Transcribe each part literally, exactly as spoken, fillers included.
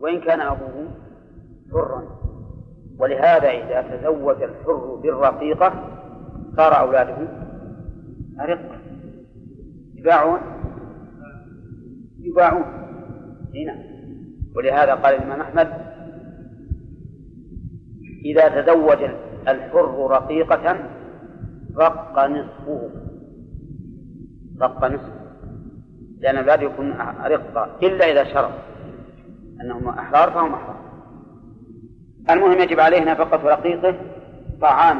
وإن كان أبوه حرا. ولهذا إذا تزوج الحر بالرقيقة صار أولاده أرقة يباعون يباعون هنا. ولهذا قال الإمام أحمد إذا تزوج الحر رقيقة رق نصفه رق نصفه لأن الأولاد يكون أرقة إلا إذا شرط أنهم أحرار فهم أحرار. المهم يجب عليه نفقة رقيقه طعام،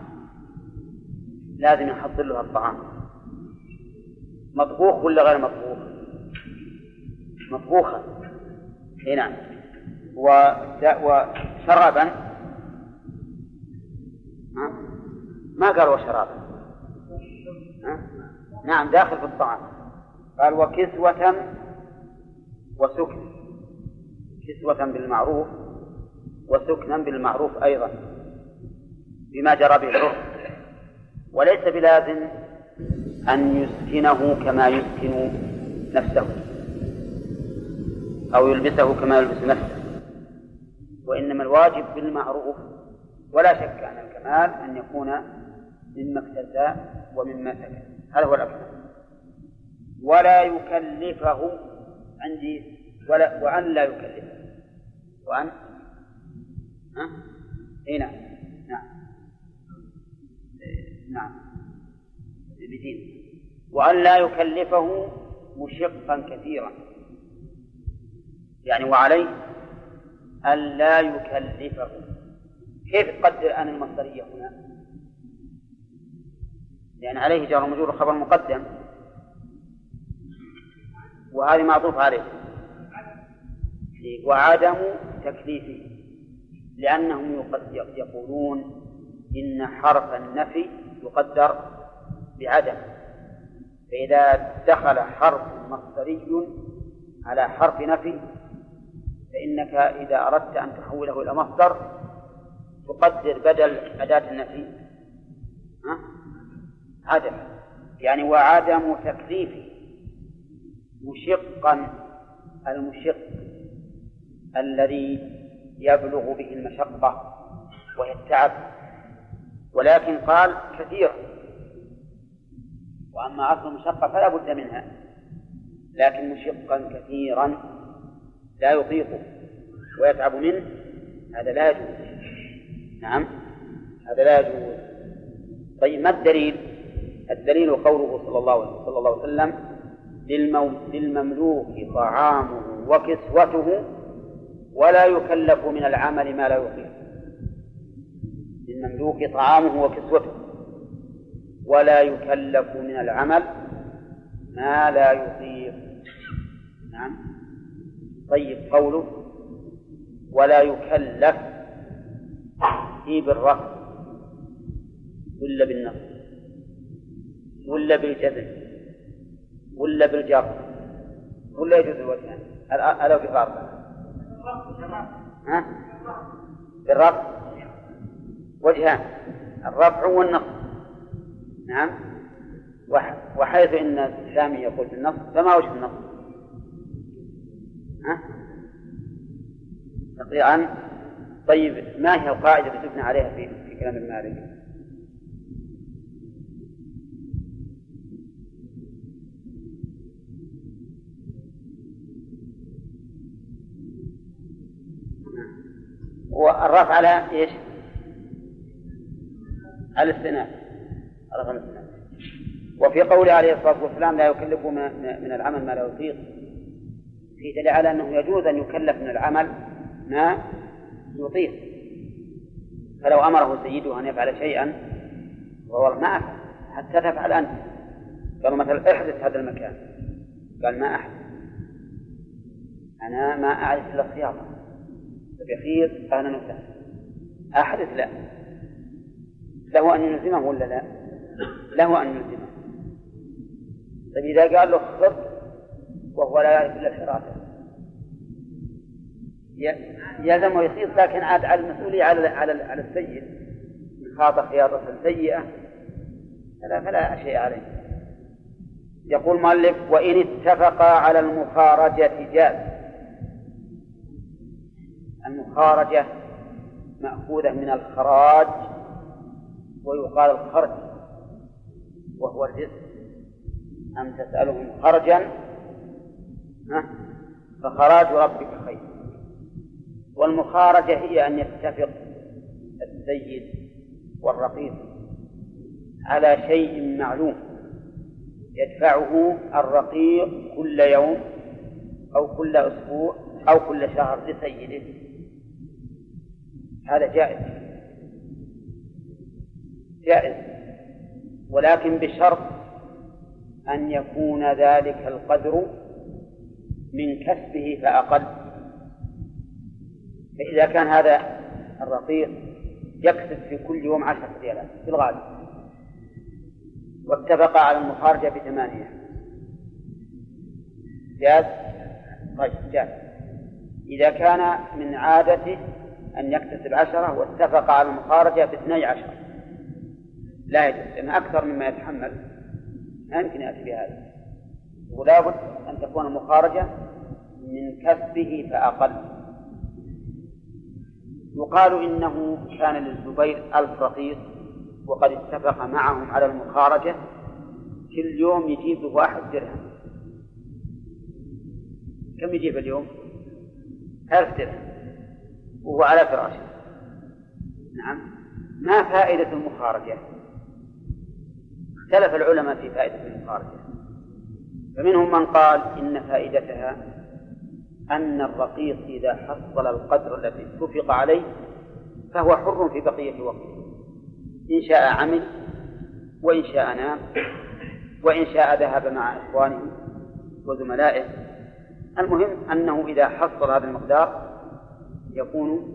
لازم يحضر له الطعام مطبوخ ولا غير مطبوخ؟ مطبوخا هنا. وشرابا ما قال وشرابا نعم داخل في الطعام. قال وكسوة وسكن، كسوة بالمعروف وسكنا بالمعروف أيضا بما جرى به العرف. وليس بلازم أن يسكنه كما يسكن نفسه أو يلبسه كما يلبس نفسه، وإنما الواجب بالمعروف. ولا شك أن الكمال أن يكون مما اكتسى ومما سكن، هذا هو الأكمل. ولا يكلفه عندي ولا وأن لا يكلفه وأن ها هنا نعم نعم بدين وأن لا يكلفه مشقا كثيرا، يعني وعليه أن لا يكلفه. كيف تقدر أن المصدرية هنا؟ لأن عليه جار ومجرور خبر مقدم وهذه معطوف عليه وعدم تكليفه، لأنهم يقولون إن حرف النفي يقدر بعدم، فإذا دخل حرف مصدري على حرف نفي فإنك إذا أردت أن تحوله إلى مصدر تقدر بدل أداة النفي ها؟ عدم، يعني وعدم تكليفه مشقا، المشق الذي يبلغ به المشقة وهي التعب، ولكن قال كثيرا، وأما أصل المشقة فلا بد منها، لكن مشقا كثيرا لا يطيقه ويتعب منه هذا لا يجوز. نعم هذا لا يجوز. طيب ما الدليل؟ الدليل قوله صلى الله, صلى الله عليه وسلم للمملوك طعامه وكسوته ولا يكلف من العمل ما لا يطيق. للمملوك طعامه وكسوته ولا يكلف من العمل ما لا يطيق. نعم. طيب قوله ولا يكلف هي بالرفع ولا بالنصب ولا بالجزم ولا بالجر ولا يجوز الوجهان؟ ألا في فرق؟ ها؟ بالرفع وجهان، الرفع والنصب. نعم. وحيث إن السامي يقول بالنصب فما وجه النصب؟ ها؟ تقريبا. طيب ما هي القاعدة التي تبنى عليها في, في كلام المالك؟ والرفع على ايش؟ على الاستئناف. رفع الاستئناف. وفي قوله عليه الصلاة والسلام لا يكلف من العمل ما لا يطيق في دليل على أنه يجوز أن يكلف من العمل ما يطيق. فلو أمره سيده أن يفعل شيئا وهو ما أفعل حتى تفعل أنت، قالوا مثلا احدث هذا المكان، قال ما أحدث أنا ما أعرف إلا الخياطة بخير أنا نفسه أحدث لا، له أن يلزمه ولا لا؟ له أن يلزمه. طيب إذا قال له خط وهو لا يعرف إلا الحراثة يلزم ويصير، لكن عاد على المسؤولية على على على السيد من خاطر خياطة سيئة فلا فلا شيء عليه. يقول مؤلف وإن اتفقا على المخارجة جاز. المخارجة مأخوذة من الخراج، ويقال الخرج وهو الرزق. أم تسألهم خرجا فخراج ربك خير. والمخارجة هي أن يتفق السيد والرقيق على شيء معلوم يدفعه الرقيق كل يوم أو كل أسبوع أو كل شهر لسيده، هذا جائز جائز ولكن بشرط أن يكون ذلك القدر من كسبه فأقل. فإذا كان هذا الرقيق يكسب في كل يوم عشرة ريالات في الغالب واتفق على المخارجة بثمانية، جاز؟ طيب جاز. إذا كان من عادته أن يكتسب عشرة واتفق على المخارجة باثني عشر لا يجوز، لأن أكثر مما يتحمل لا يمكن يأتي بهذا، ولا بد أن تكون المخارجة من كسبه فأقل. يقال إنه كان للزبير ألف رقيق وقد اتفق معهم على المخارجة، كل يوم يجيب واحد درهم. كم يجيب اليوم؟ ألف درهم وهو على فراشه. نعم. ما فائدة المخارجة؟ اختلف العلماء في فائدة المخارجة، فمنهم من قال إن فائدتها أن الرقيق إذا حصل القدر الذي اتفق عليه فهو حر في بقية وقته، إن شاء عمل وإن شاء نام وإن شاء ذهب مع إخوانه وزملائه. المهم أنه إذا حصل هذا المقدار يكون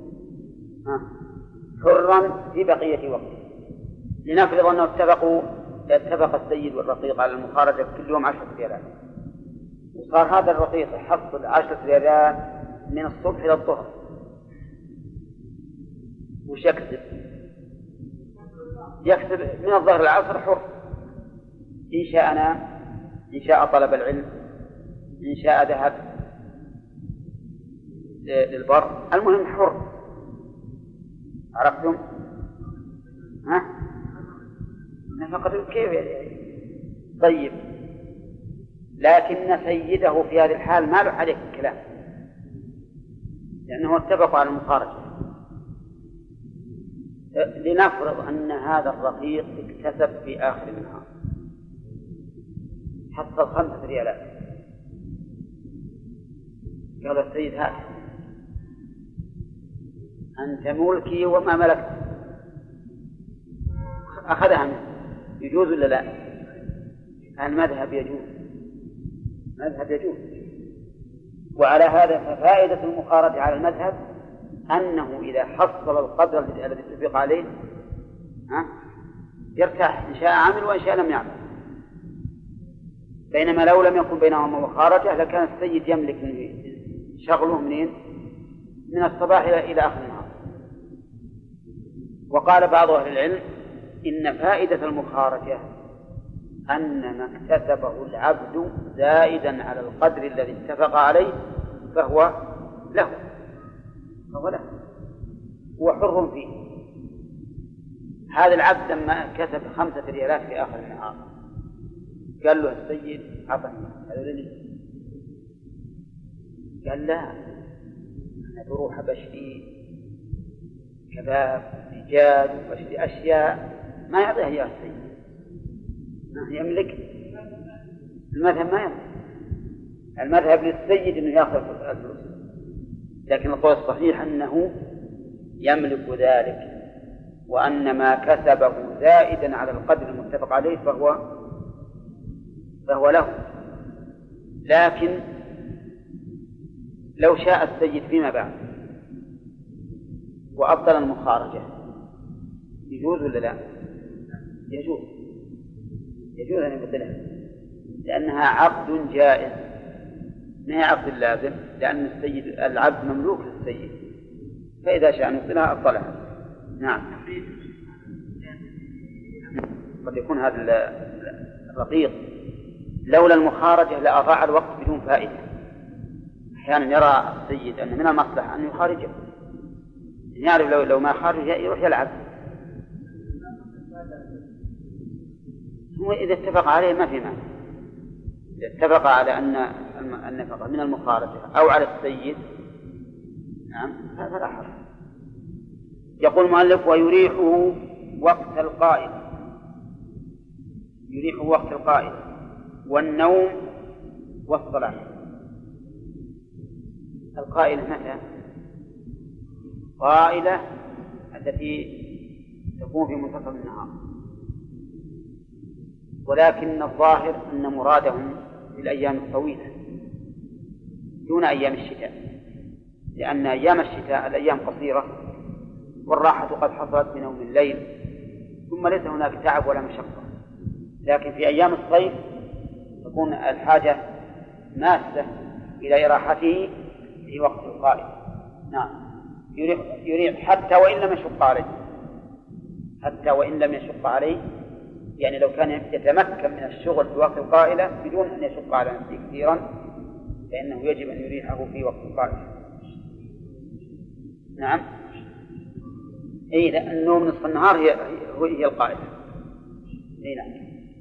حرا في بقية وقته. لنفرض أنه اتفقوا اتفق السيد والرقيق على المخارجة كل يوم عشرة ريالات، وصار هذا الرقيق يحصل عشرة ريالات من الصبح إلى الظهر، وش يكسب؟ يكسب من الظهر العصر حر، إن شاء نام، إن شاء طلب العلم، إن شاء ذهب للبر، المهم حر. عرفتم؟ ها؟ نفقة كيف يعني؟ طيب، لكن سيده في هذه الحال ما له عليك الكلام، لأنه اتفق على المخارجة. لنفرض أن هذا الرقيق اكتسب في آخر النهار حصل خمسة ريالات، قال السيد هذا أنت ملكي وما ملكت، أخذها منه، يجوز ولا لا؟ المذهب يجوز، المذهب يجوز. وعلى هذا ففائدة المخارجة على المذهب أنه إذا حصل القدر الذي اتفق عليه ها يرتاح، إن شاء عمل وإن شاء لم يعمل. بينما لو لم يكن بينهما مخارجة لكان السيد يملك شغله منين؟ من الصباح إلى آخر النهار. وقال بعض أهل العلم إن فائدة المخارجة أن ما اكتسبه العبد زائدا على القدر الذي اتفق عليه فهو له، فهو له، هو حر فيه. هذا العبد لما كسب خمسة ريالات في آخر النهار قال له السيد عطني هذا لي، قال لا، أنا بروح بشتري كباب دجاج وبشتري أشياء ما يعطيها إياها السيد، يملك. المذهب ما يملك، المذهب للسيد أنه يأخذ الفلوس، لكن القول الصحيح أنه يملك ذلك، وأن ما كسبه زائدا على القدر المتفق عليه فهو فهو له. لكن لو شاء السيد فيما بعد وأبطل المخارجة يجوز ولا لا؟ يجوز، يجوز أن يبطلها، لأنها عقد جائز ما هي عقد لازم، لأن السيد العبد مملوك للسيد، فإذا شاء أن يبطلها أبطلها. نعم. قد يكون هذا الرقيق لولا المخارجة لأضاع الوقت بدون فائدة، أحيانا يرى السيد أن من المصلحة أن يخارجه، يعرف لو لو ما خارج يروح يلعب. هو إذا اتفق عليه ما في مانع، إذا اتفق على أن النفقة من المخالفة أو على السيد نعم فلا حرج. يقول المؤلف ويريحه وقت القائل، يريحه وقت القائل والنوم والصلاة. القائلة متى؟ قائلة التي تكون في منتصف النهار، ولكن الظاهر أن مرادهم في الأيام الطويلة دون أيام الشتاء، لأن أيام الشتاء الأيام قصيرة والراحة قد حصلت بنوم الليل، ثم ليس هناك تعب ولا مشقة. لكن في أيام الصيف تكون الحاجة ماسة إلى إراحته في وقت القائل. نعم يريح, يريح حتى وإن لم يشق عليه، حتى وإن لم يشق عليه، يعني لو كان يتمكن من الشغل في وقت القائلة بدون أن يشق على نفسه كثيرا فإنه يجب أن يريحه في وقت القائلة. نعم إيه، لأن النوم نصف النهار هي هي القائلة. إيه نعم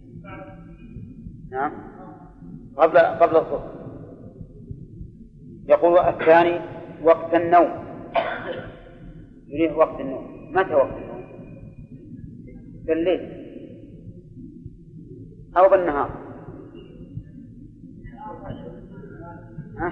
نعم قبل قبل الظهر. يقول الثاني وقت النوم، يريح وقت النوم. متى وقت النوم؟ بالليل أو بالنهار؟ ها؟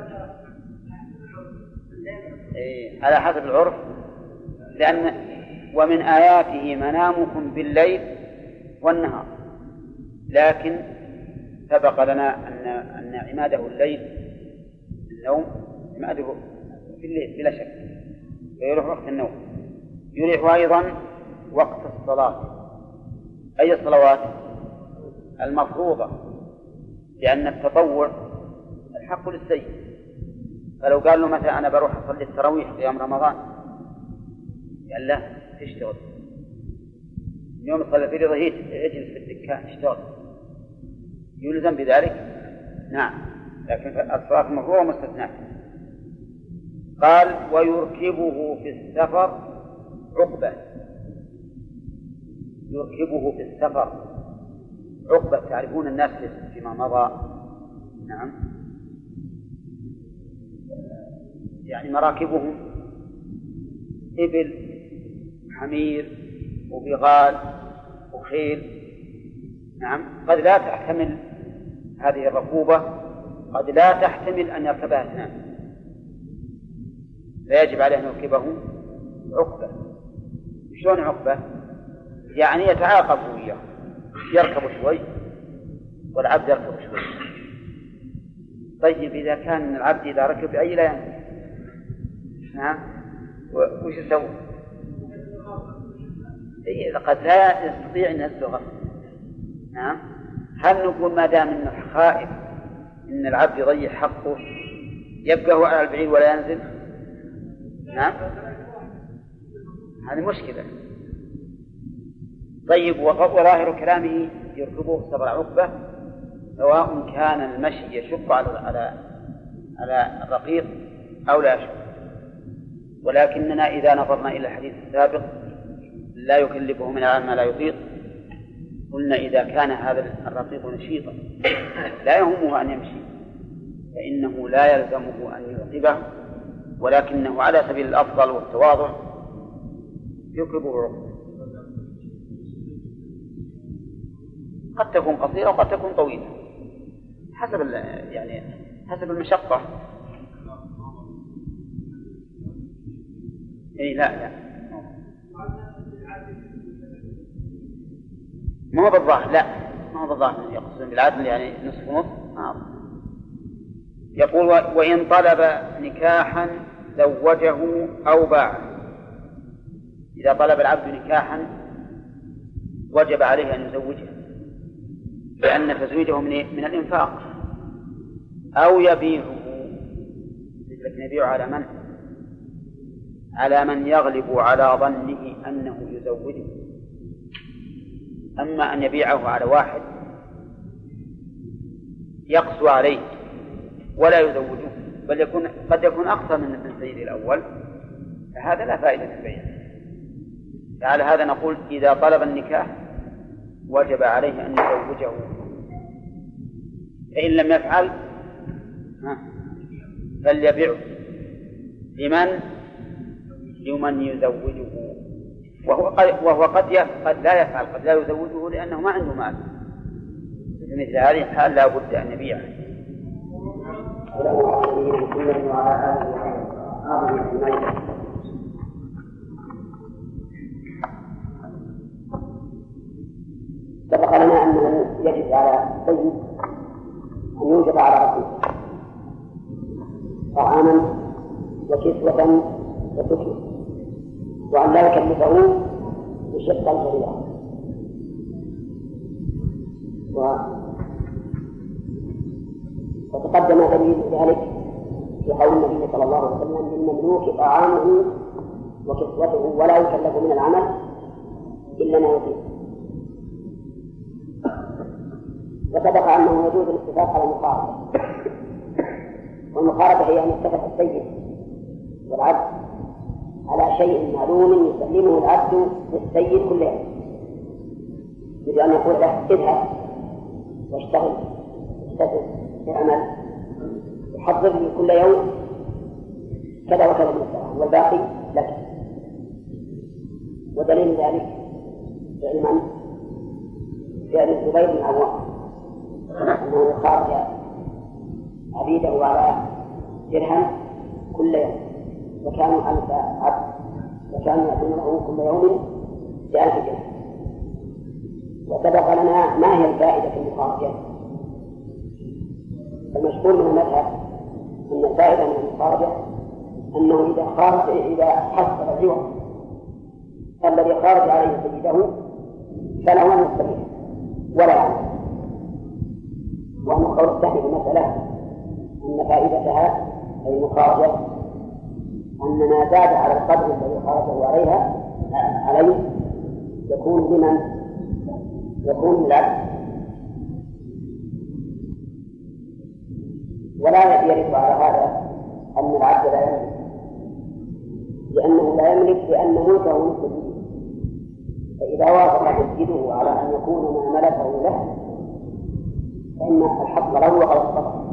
إيه على حسب العرف، لأن ومن آياته منامكم بالليل والنهار، لكن سبق لنا أن أن عماده الليل النوم، عماده في الليل بلا شك، فيروح وقت النوم. يريح أيضا وقت الصلاة. أي الصلوات؟ المفروضة، لأن التطوع الحق للسيد. فلو قال له مثلا أنا بروح أصلي التراويح في يوم رمضان، قال له تشتغل يوم صلى في رضا يجلس في الدكان اشتغل، يلزم بذلك. نعم، لكن الصلاة المفروضة مستثناة. قال ويركبه في السفر عقبة. يركبه في السفر عقبة، تعرفون الناس فيما مضى نعم يعني مراكبهم إبل حمير وبغال وخيل. نعم قد لا تحتمل هذه الركوبة، قد لا تحتمل أن يركبها اثنان، لا يجب عليه أن يركبه عقبة. شلون عقبة؟ يعني يتعاقب وياه، يركب شوي والعبد يركب شوي. طيب إذا كان العبد إذا ركب بأي لا ينزل، نعم وش يسوي؟ قد لا يستطيع أن يسلغ. نعم هل نقول ما دام أنه خائف إن العبد يضيع حقه يبقى هو على البعير ولا ينزل؟ نعم هذه مشكلة. طيب وظاهر كلامه يركبه السفر عقبة، سواء كان المشي يشق على على على الرقيق أو لا يشق. ولكننا إذا نظرنا إلى الحديث السابق لا يكلفه من العمل ما لا يطيق، قلنا إذا كان هذا الرقيق نشيطا لا يهمه أن يمشي فإنه لا يلزمه أن يعقبه، ولكنه على سبيل الأفضل والتواضع يركبه عقبة. قد تكون قصيرة وقد تكون طويلة حسب يعني حسب المشقة. إيه لا لا ما هو بالظاهر، لا ما هو بالظاهر يقصد بالعدل يعني نصف نصف. آه. يقول وإن طلب نكاحا زوجه أو باعه. إذا طلب العبد نكاحا وجب عليه أن يزوجه، لأن تزويجه من الإنفاق، أو يبيعه، لكن يبيعه على من؟ على من يغلب على ظنه أنه يزوجه. أما أن يبيعه على واحد يقسو عليه ولا يزوجه بل يكون قد يكون أقصى من ابن السيد الأول، فهذا لا فائدة في البيع. على هذا نقول إذا طلب النكاح وجب عليه أن يزوجه، فإن لم يفعل فليبيعه لمن لمن يزوجه، وهو قد, وهو قد, قد لا يفعل، قد لا يزوجه لأنه ما عنده مال. في مثل هذه الحال لا بد أن يبيعه. سبق لنا أنه يجب على السيد أن يوجب على ربه طعاما وكسوة وسكنى، وأن لا يكلفه بشق الجريرة. وتقدم دليل ذلك في قول النبي صلى الله عليه وسلم: للمملوك طعامه وكسوته ولا يكلف من العمل إلا ما يطيق. وسبق أنه يجوز الاتفاق على المقاربة، والمقاربة هي أن يتفق السيد والعبد على شيء معلوم يسلمه العبد للسيد كل يوم، يريد أن يقول له: اذهب واشتغل اشتغل اعمل وحضر لي كل يوم كذا وكذا من الطعام والباقي لك. ودليل ذلك علما فعل الزبير بن العوام أنه خرج عبيده على درهم كل يوم، وكانوا ألف عبد، وكانوا يأتونه كل يوم بألف درهم. وسبق لنا ما هي الفائدة في المخارجة. المشهور من المذهب أن الفائدة من المخارجة أنه إذا خارج إذا حصل العوض الذي خارج عليه سيده فله أن يستفيد ولا يعمل. وأن قول الثاني في المسألة أن فائدتها أي المخارجة أن ما زاد على القدر الذي خرجه عليها عليه يكون لمن يكون للعبد، ولا يرد على هذا أن العبد لا يملك، لأنه لا يملك لأن ملكه مثل. فإذا وافق مسجده على أن يكون ما ملكه له فإن الحق له وقد اصطفى.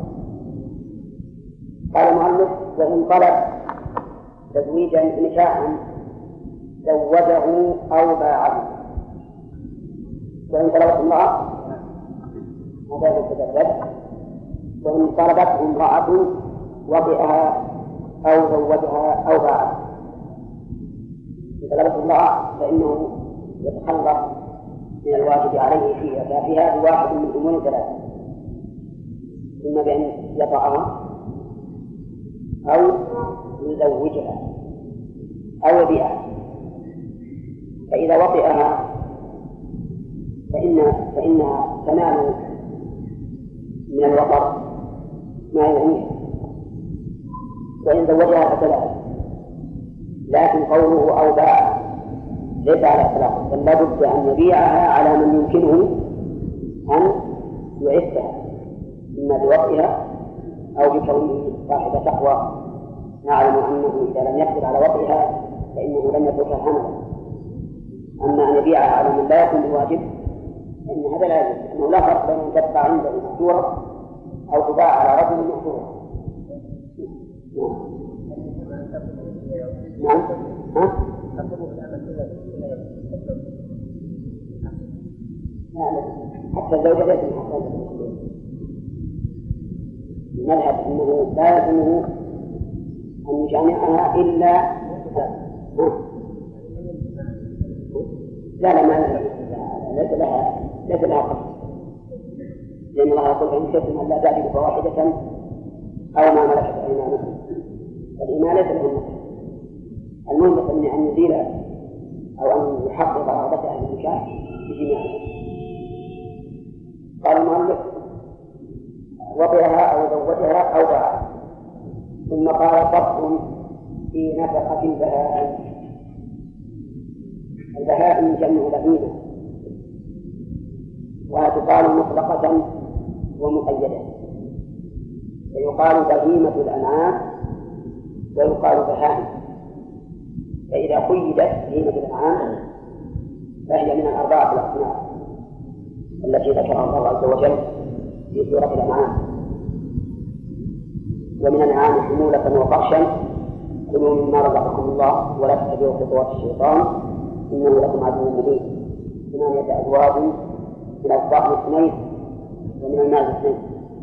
قال المؤلف: وإن طلب تزويجا نكاحا زوجه أو باعه. وإن طلبت امرأة هذا يتجدد، وإن طلبته امرأة وطئها أو زوجها أو باعها. إن طلبت امرأة فإنه يتخلص من الواجب عليه فيها ففيها بواحد من أمور ثلاثة: إما بأن يطأها أو يزوجها أو يبيعها. فإذا وطئها فإن فإنها تنال من الوطر ما يعنيها، وإن زوجها فكذلك. لكن قوله أو باع ليس على إطلاق، بل لا بد أن يبيعها على من يمكنه أن يعفها، إما بوطئها أو بكونه صاحب تقوى نعلم أنه إذا لم يقدر على وطئها فإنه لم يترك حملا. أما أن يبيعها على من لا يكون بواجب فإن هذا لا يجوز، لأنه لا فرق بين أن تتبع عنده مأجورة أو تباع على رجل مأجورة. نعم. ها؟ لا حتى الزوجة ليس من حق الزوجة. المذهب أنه لا يلزمه أن يجامعها إلا لا لا ما ليس لها ليس لها قصد، لأن الله يقول: إن كنتم أن لا تعدلوا فواحدة أو ما ملكت أيمانكم. الإيمان ليس له النص. المنبط من أن يزيل أو أن يحقق رغبة أهل النكاح بجماعه. قال المؤلف: وطئها أو زوجها أو باعها. ثم قال: فصل في نفقة البهائم. البهائم جمع بهيمة، وتقال مطلقة ومقيدة. فيقال بهيمة الأنعام ويقال بهائم. فإذا قيدت بهيمة الأنعام فهي من الأربعة الأصناف التي ذكرها الله عز وجل في سورة الأنعام. ومن الأنعام حمولة وفرشا كلوا مما رزقكم الله ولا تتبعوا خطوات الشيطان إنه لكم عدو مبين. ثمانية أزواج من الضأن اثنين ومن الماء اثنين.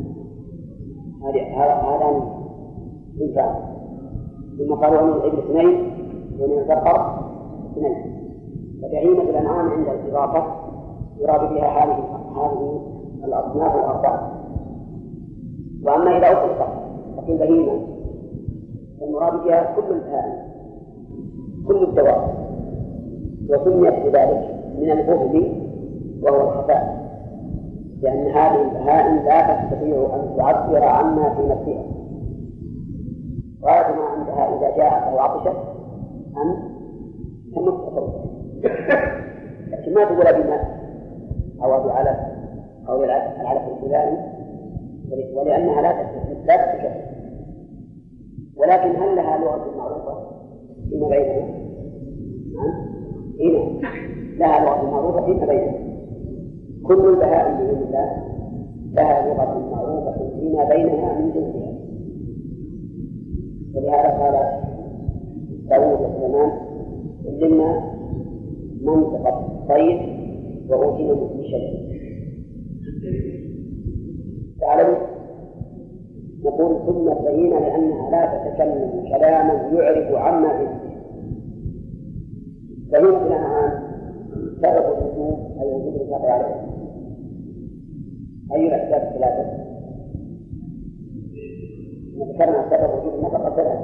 هذا إنسان. ثم قالوا من الإبل اثنين ومن البقر اثنين. فبهيمة الأنعام عند الإضافة يراد بها هذه هذه الأصناف الأربعة. وأما إذا أطلقت فقيل بهيمة المراد بها كل البهائم كل الدواب، وسميت بذلك من البهل وهو الخفاء، لأن هذه البهائم لا تستطيع أن تعبر عما في نفسها. غاية ما عندها إذا جاءت أو عطشت أن تمس صوتها، لكن ما تقول بماء أو بعلف أو العلف الفلاني، ولأنها لا تستطيع. ولكن هل لها لغة معروفة فيما بينها؟ إيه لها لغة معروفة فيما بينها. كل البهائم بإذن الله لها لغة معروفة فيما بينها من جنسها. ولهذا قال داود وسليمان علمنا منطقة الطير وأوتينا من كل شيء. تعلم نقول سمت بهيمة لأنها لا تتكلم كلاما يعرف عما في نفسها. بهيمة الأنعام سبب الوجود أي وجود الفقر عليها. أي الأسباب الثلاثة؟ ذكرنا سبب وجود النفقة ثلاثة: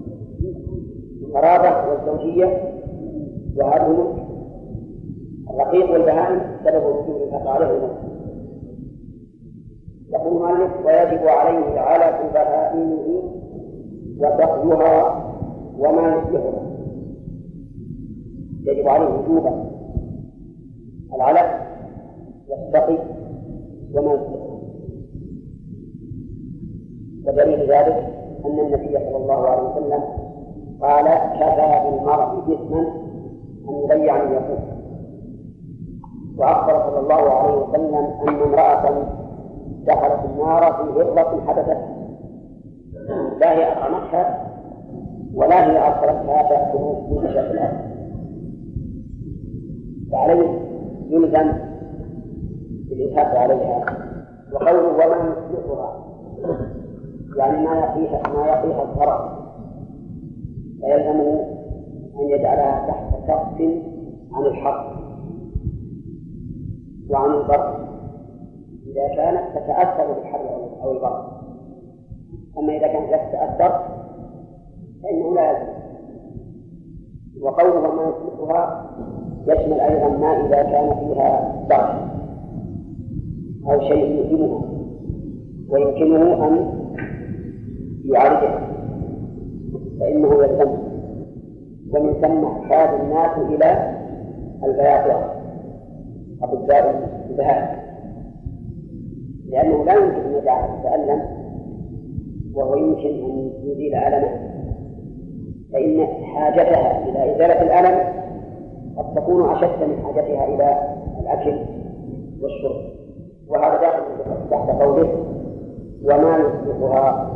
القرابة والزوجية وهذه الملك. الرقيق والبهائم سبب وجود الفقر عليه. يقول المؤلف: ويجب عليه علف بهائمه وسقيها وما يصلحها. يجب عليه وجوبا العلف والسقي وما يصلحها. ودليل ذلك أن النبي صلى الله عليه وسلم قال: كفى بالمرء إثما أن يضيع من يقول. وأخبر صلى الله عليه وسلم أن امرأة دخلت النار في هرة حدثت، لا هي أطعمتها ولا هي أرسلتها تأكل من أشياء الأرض. فعليه يلزم بالإنفاق عليها. وقوله ومن يصلحها يعني ما يقيها ما يقيها الضرر، فيلزمه أن يجعلها تحت سقف عن الحق وعن البر إذا كانت تتأثر بالحر أو البر. أما إذا كانت لا تتأثر فإنه لا يلزم. وقوله ما يصلحها يشمل أيضا ما إذا كان فيها ضعف أو شيء يؤلمها ويمكنه أن يعالجها فإنه يلزم. ومن ثم احتاج الناس إلى البياض أطباء البهائم، لأنه لا يمكن أن يدعها تتألم وهو يمكن أن يزيل ألمه، فإن حاجتها إلى إزالة الألم قد تكون أشد من حاجتها إلى الأكل والشرب. وهذا داخل تحت قوله وما يصلحها.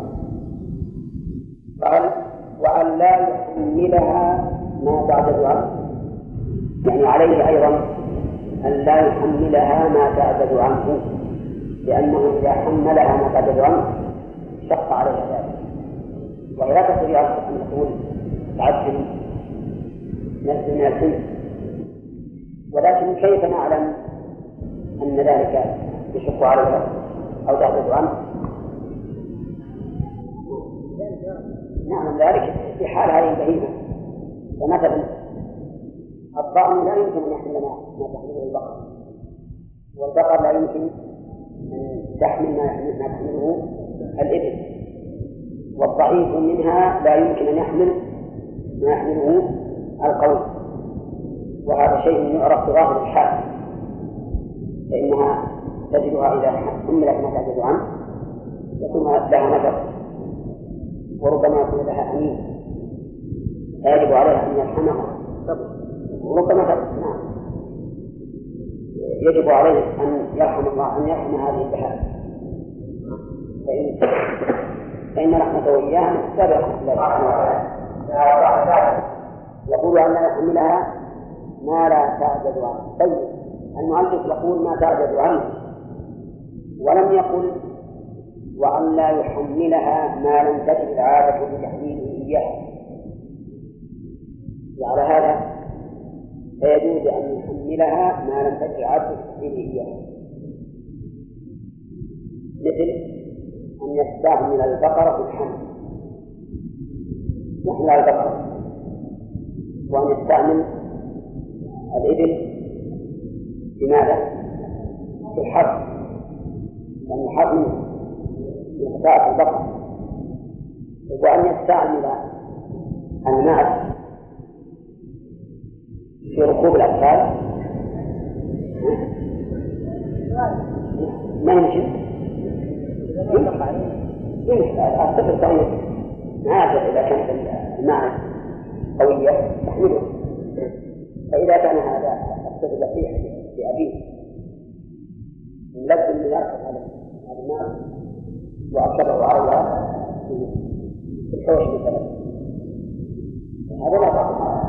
قال: وأن لا يحملها ما تعجز عنه، يعني عليه أيضا أن لا يحملها ما تعجز عنه، لأنه إذا حملها ما تعجز عنه شق عليها ذلك. وهي لا تستطيع أن تقول تعجل نفس من الحمل، ولكن كيف نعلم أن ذلك يشق عليها أو تعجز عنه؟ نعلم ذلك في حال هذه البهيمة. فمثلا الضأن لا يمكن أن يحمل ما تحمله البقر، والبقر لا يمكن أن تحمل ما تحمله الإبل، والضعيف منها لا يمكن أن يحمل ما يحمله القوي. وهذا شيء يعرف بظاهر الحال، فإنها تجدها إذا حملت ما تعجز عنه يكون لها نظر وربما يكون لها أمين يجب عليها أن يرحمها وربما نعم يجب عليه أن يرحم الله أن يرحم هذه البهائم فإن فإن رحمته إياها مستبعة رحمة الله يقول أن لا يحملها ما لا تعجز عنه. طيب المؤلف يقول ما تعجز عنه ولم يقل وأن لا يحملها ما لم تجد العادة بتحميله إياها. وعلى هذا فيجوز أن يحملها ما لم تجد العادة بتحميله إياها، مثل أن يستعمل البقرة في الحمل يحمل البقرة، وأن يستعمل الإبل بماذا؟ في الحرب، لأن الحرب من قطاع البقر، وأن يستعمل الماء في ركوب الأطفال ما يمكن الطفل صغير نادر إذا كانت الماء قوية تحمله، فإذا كان هذا الطفل يصيح بأبيه لازم يركب هذا الماء وأركبه على في الحوش مثلا، هذا لا بأس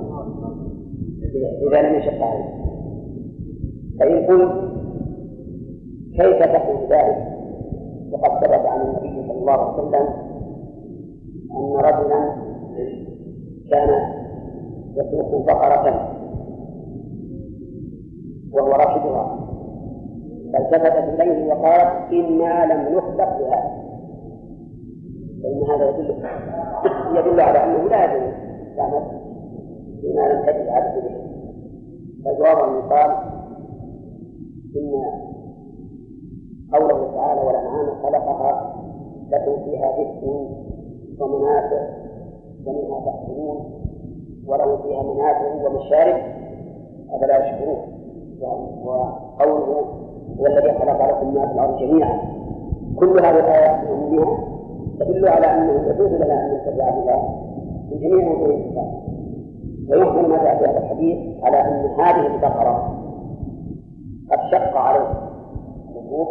إذا لم يشق عليه. فإن قلت كيف تقول ذلك وقد ثبت عن النبي صلى الله عليه وسلم أن رجلا كان يسوق بقرة وهو راكبها فالتفتت إليه وقالت إنا لم نخلق بهذا، فإن هذا يدل يدل على أنه لا يجوز تعمل بما لم تجد عادة به. فالجواب أن يقال إن قوله تعالى والأنعام خلقها لكم فيها دفء ومنافع ومنها تأكلون ولهم فيها منافع ومشارب أفلا يشكرون. وقوله هو الذي خلق لكم ما في الأرض جميعا، كل هذه الآيات بأمها تدل على أنه يجوز لنا أن نتبع بها من جميع وجوه الإسلام. ويحمل ما جاء في هذا الحديث على أن هذه البقرة قد شق عليها الوقوف،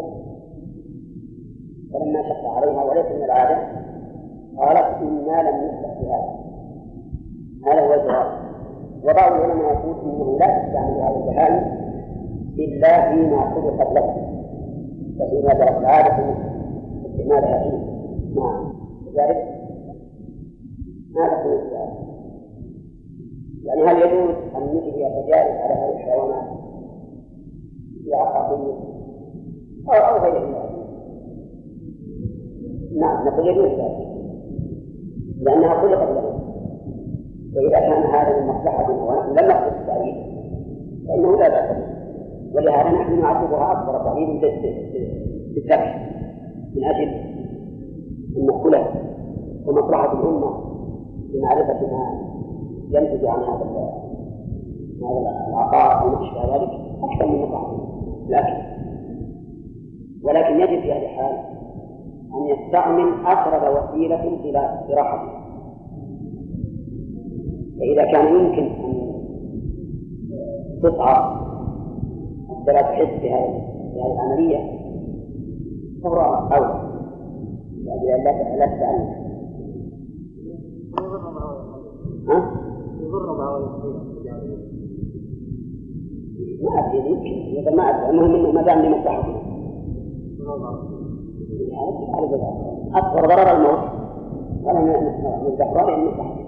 فلما شق عليها وليس من العادة قالت إنا لم نخلق بهذا. هذا هو الجواب. وبعض العلماء يقول إنه لا تستعمل هذه البهائم إلا فيما خلقت له ففيما جرت العادة استعمالها فيه. نعم لذلك هذا هو السؤال، يعني هل يجوز أن نجري التجارب على هذه الحيوانات في عقاقية أو أو غيرها؟ نعم نقول يجوز ذلك لأنها خلقت له، وإذا كان هذا من مصلحة ونحن لم نقصد التأويل فإنه لا بأس به، ولهذا نحن نعتبرها أكبر تأويل بالذبح من أجل المأكولة ومصلحة الأمة بمعرفة ما ينتج عن هذا هذا العقار أو ما أشبه ذلك أكثر من مصلحة، لكن ولكن يجب في هذه الحال أن يستعمل أقرب وسيلة إلى راحته. فإذا كان يمكن أن تصعد ولا تحس بهذه العملية فهو أولى لأجل لا لا تتعلم. ها؟ ما أدري يمكن هذا ما أدري المهم إنه ما دام لمصلحته أكبر ضرر الموت ولا من الدحرار المصلحة.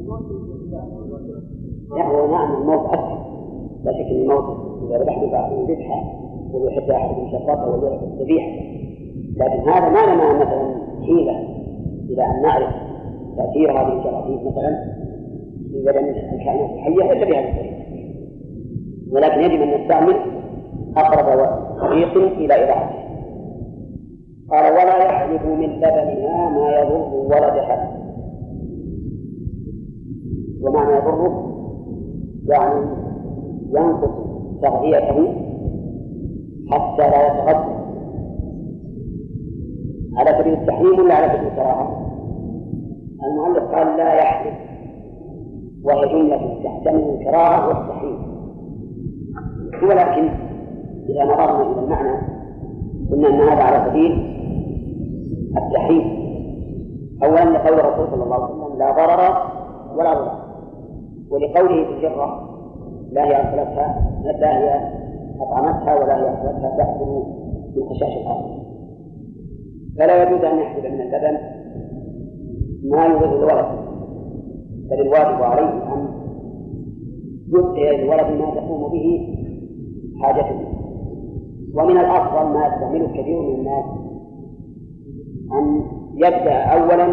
يعني نعم الموت أكثر لا شك أن الموت إذا ذبحنا بعد ذبحه ويحب أحد من شفاته ويحب الذبيحة، لكن هذا ما لنا مثلا حيلة إلى أن نعرف تأثير هذه الجراثيم مثلا في بدن الكائنات الحية إلا بهذا الطريق، ولكن يجب أن نستعمل أقرب طريق إلى إراحته. قال ولا يحلب من لبنها ما يضر ولدها. ومعنى يضره يعني ينقص تغذيته حتى لا يتغذى على سبيل التحريم ولا على سبيل الكراهة؟ المؤلف قال لا يحلف، وهي جملة تحتمل الكراهة والتحريم، ولكن إذا نظرنا إلى المعنى قلنا أن هذا على سبيل التحريم. أولا لقول الرسول صلى الله عليه وسلم لا ضرر ولا ضرر، ولقوله في الجرة لا هي أكلتها لا هي أطعمتها ولا هي أكلتها تأكل من خشاش الأرض، فلا يجوز أن يحسب من اللبن ما يضر الولد، بل الواجب عليه أن يؤتي الولد ما تقوم به حاجته. ومن الأفضل ما يستعمله كثير من الناس أن يبدأ أولا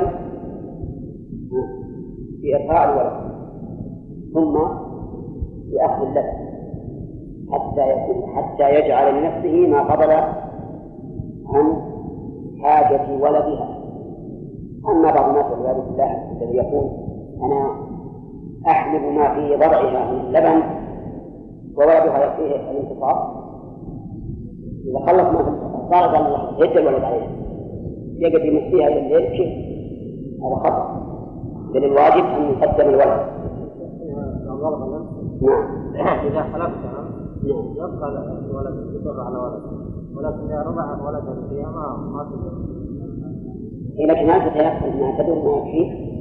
بإرضاع الولد ثم بأخذ اللبن حتى يكون حتى يجعل لنفسه ما قبل عن حاجة ولدها. أما بعض الناس والعياذ بالله الذي يقول أنا أحلب ما في ضرعها من اللبن وولدها يكفيه الانتصار، إذا خلص ما في الانتصار صار قال الله يهد الولد عليه يجب يمسيها إلى الليل كيف؟ هذا خطأ، بل الواجب أن يقدم الولد. نعم. إذا حلفت يبقى الولد يضر على ولد، ولكن إذا رضع ولدا فيها ما ما تضر. لكن هل تتيقن أنها تدور ما يكفيه؟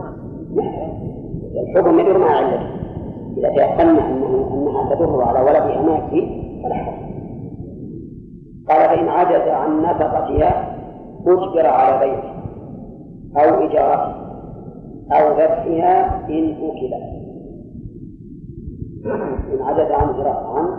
الحكم يدور مع علته. إذا تيقنا أنه أنها تدور على ولدها ما يكفيه فلا حرج. قال فإن عجز عن نفقتها أجبر على بيعه أو إجارته أو ذبحها إن أكلت. إن عجز عن عن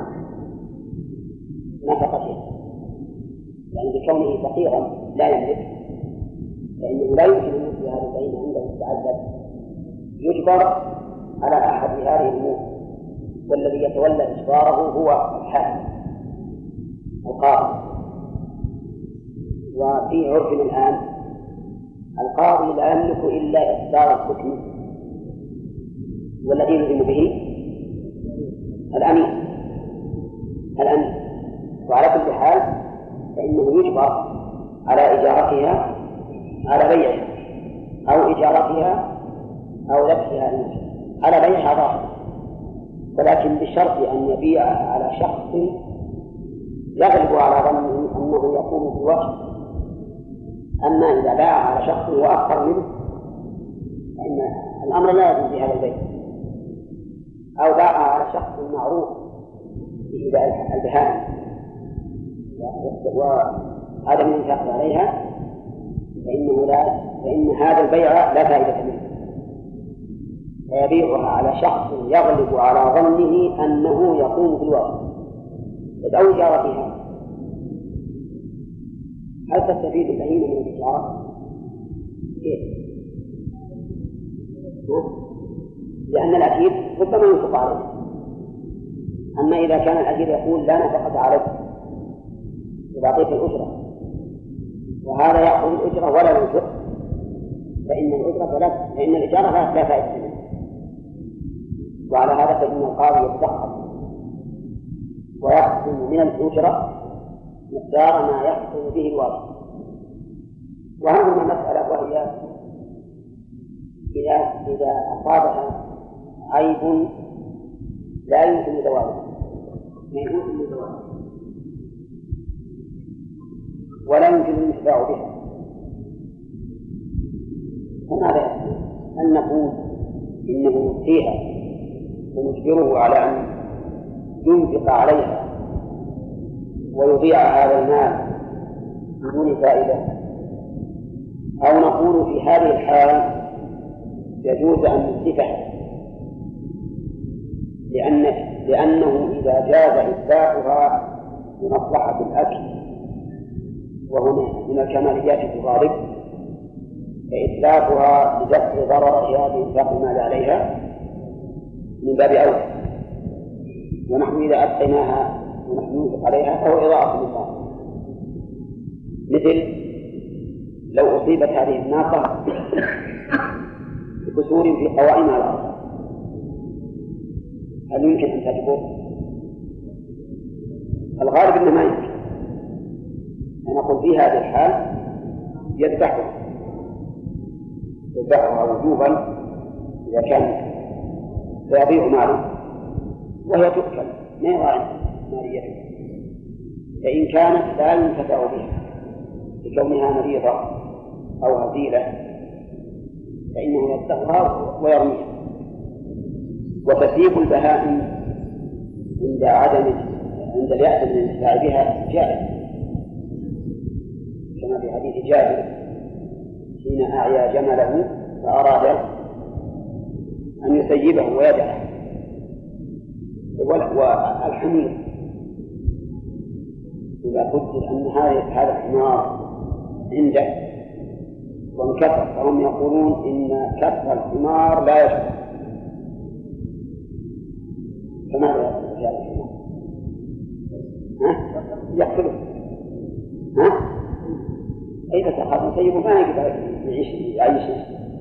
نفقتها يعني بكونه فقيرا لا يملك، فإنه لا يمكن أن يملك هذا البين عنده يتعذب، يجبر على أحد هذه الأمور، والذي يتولى إجباره هو الحاكم القاضي. وفي عرفنا الآن القاضي لا يملك إلا إصدار الحكم، والذي يلزم به الأمين الأمين وعلى كل حال فإنه يجبر على إجارتها على بيعها أو إجارتها أو ذبحها على بيعها ظاهر، ولكن بشرط أن يبيعها على شخص يغلب على ظنه أنه يقوم بالوجه. أما إذا باع على شخص هو أكثر منه فإن الأمر لا يجوز في هذا البيع، أو باع على شخص معروف بإيداع البهائم وهذا من ينفق عليها فإنه لا فإن هذا البيع لا فائدة منه، فيبيعها على شخص يغلب على ظنه أنه يقوم بالواجب أو إجارتها. هل تستفيد البهيمة من الإجارة؟ كيف؟ لأن الأجير ربما ينفق عليه. أما إذا كان الأجير يقول لا نفقة عليه ببعضية الأجرة وهذا يأخذ الأجرة ولا ينفق، فإن الأجرة لا فإن الإجارة لا فائدة منها. وعلى هذا فإن القاضي يتدخل ويحكم من الأجرة مقدار ما يحصل به الواجب. وهذه مسألة وهي إذا إذا أصابها عيب لا يمكن زواله لا يمكن زواله ولا يمكن الانتفاع بها، فماذا يحصل؟ أن نقول إنه فيها ونجبره على أن ينفق عليها ويضيع هذا المال بدون فائدة، أو نقول في هذه الحال يجوز أن نتلفها لأن لأنه إذا جاز إتلافها لمصلحة الأكل وهنا من الكماليات الغالب فإتلافها لدفع ضررها بإنفاق المال عليها من باب أولى، ونحن إذا أتيناها ونحن ننفق عليها فهو إضاعة للمال. مثل لو أصيبت هذه الناقة بكسور في قوائمها الأرض هل يمكن أن تجبر؟ الغالب أنه ما يمكن. نقول في هذه الحال يذبحها يذبحها وجوبا إذا كان فيضيع ماله، وهي تؤكل ما يضاع ماليتها. فإن كانت لا ينتفع بها لكونها مريضة أو هزيلة فإنه يذبحها ويرميها. وتسيب البهائم عند عدم عند اليأس من الانتفاع بها جائز، كما في حديث جابر حين أعيا جمله فأراد أن يسيبه ويدعه. والحمير إذا قدر أن هذا الحمار عنده وانكسر فهم يقولون إن كسر الحمار لا يشبه، فماذا يقول في هذا الحمار؟ ها؟ يقتله. ها؟ إذا تخاف يسيبه ما يقدر يعيش يعيش.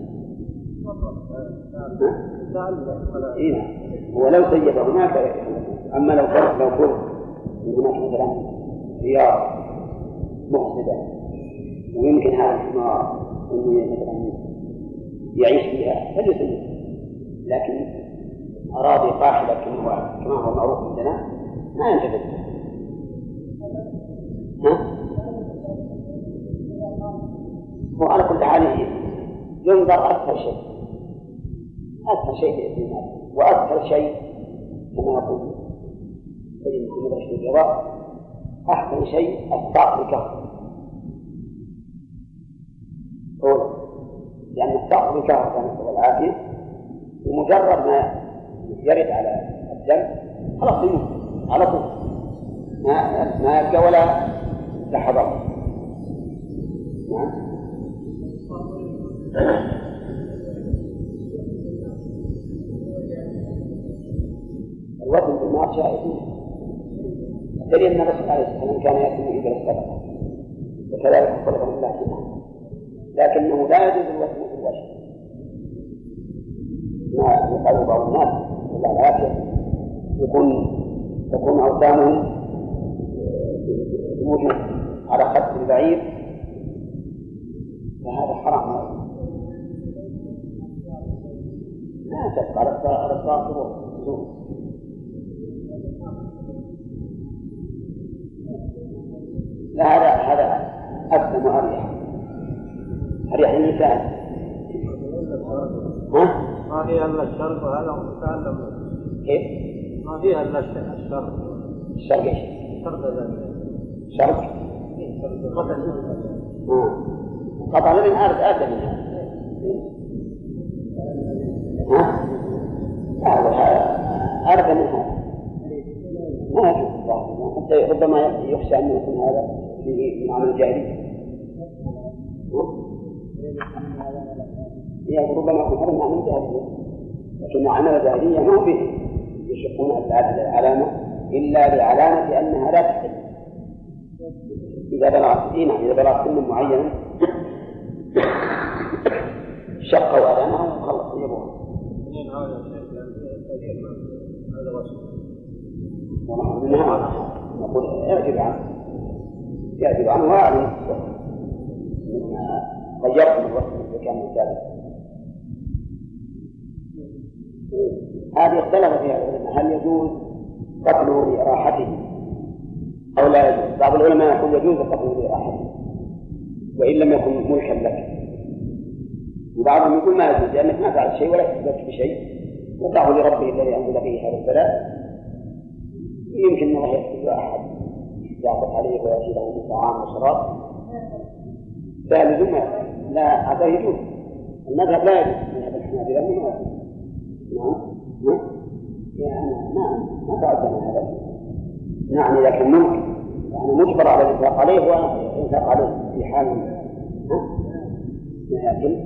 إيه ولو سيبه ما كان. أما لو فرق لو فرق هناك مثلا رياض مفسدة ويمكن هذا الحمار أنه مثلا يعيش فيها فليسيبه، لكن أراضي قاحلة كما هو معروف عندنا ما ينتبه. ها؟ وعلى كل حال ينظر أكثر شيء أكثر شيء للإسلام، وأكثر شيء كما يقول سيد محمد رشيد الجراء أحسن شيء الصعب بكهر، لأن الصعب بكهر كانت والعافية بمجرد ما يرد على الدم خلاص يموت على طول ما ما يبقى ولا لحظات. نعم. الوزن بالنار جائز، دليل أن الرسول عليه الصلاة والسلام كان يأكل إبل الصدقة وكذلك الصدقة لله سبحانه، لكنه لا يجوز الوزن في الوجه ما يقال بعض الناس والله العافية يكون تكون أوزانهم موجود على خط البعير فهذا حرام لا تبقى على الصاغر. لا هذا هذا أسلم وأريح أريح للإنسان. ها؟ ما فيها إلا الشرق وهذا متعلم. كيف؟ ما فيها إلا الشرق. الشرق إيش؟ الشرق ذا. شرق؟ قطع. آه. قطع لمن أرد أرد منها. ها؟ لا أرد منها. ما يجوز حتى ربما يخشى أن يكون هذا في عمل الجاهلية. هي ربما يكون هذا عمل الجاهلية، لكن عمل الجاهلية ما فيه يشقون العلامة إلا بعلامة أنها لا تحل. إذا بلغت سنين إذا بلغت سن معينة شقوا علامة وخلص يبوها. نعم نقول يعجب عنه يعجب عنه وأعلم غيرت من الوقت إذا كان مثالا. هذه اختلف فيها العلماء هل يجوز قتله لإراحته أو لا يجوز. بعض العلماء يقول يجوز قتله لإراحته وإن لم يكن ملكا لك، وبعضهم يقول ما يجوز لأنك ما فعلت شيء ولا تثبت بشيء وضعه لربه الذي أنزل فيه هذا البلاء. يمكن الله يحفظ أحد يعطف عليه ويأتي له بطعام وشراب فلزم لا هذا يجوز. المذهب لا يجوز من هذا الحنابلة لأنه ما يجوز. نعم نعم يعني ما ما تعدنا هذا. نعم إذا كان ممكن يعني مجبر على الإنفاق عليه وإنفاق عليه في حال ما يأكل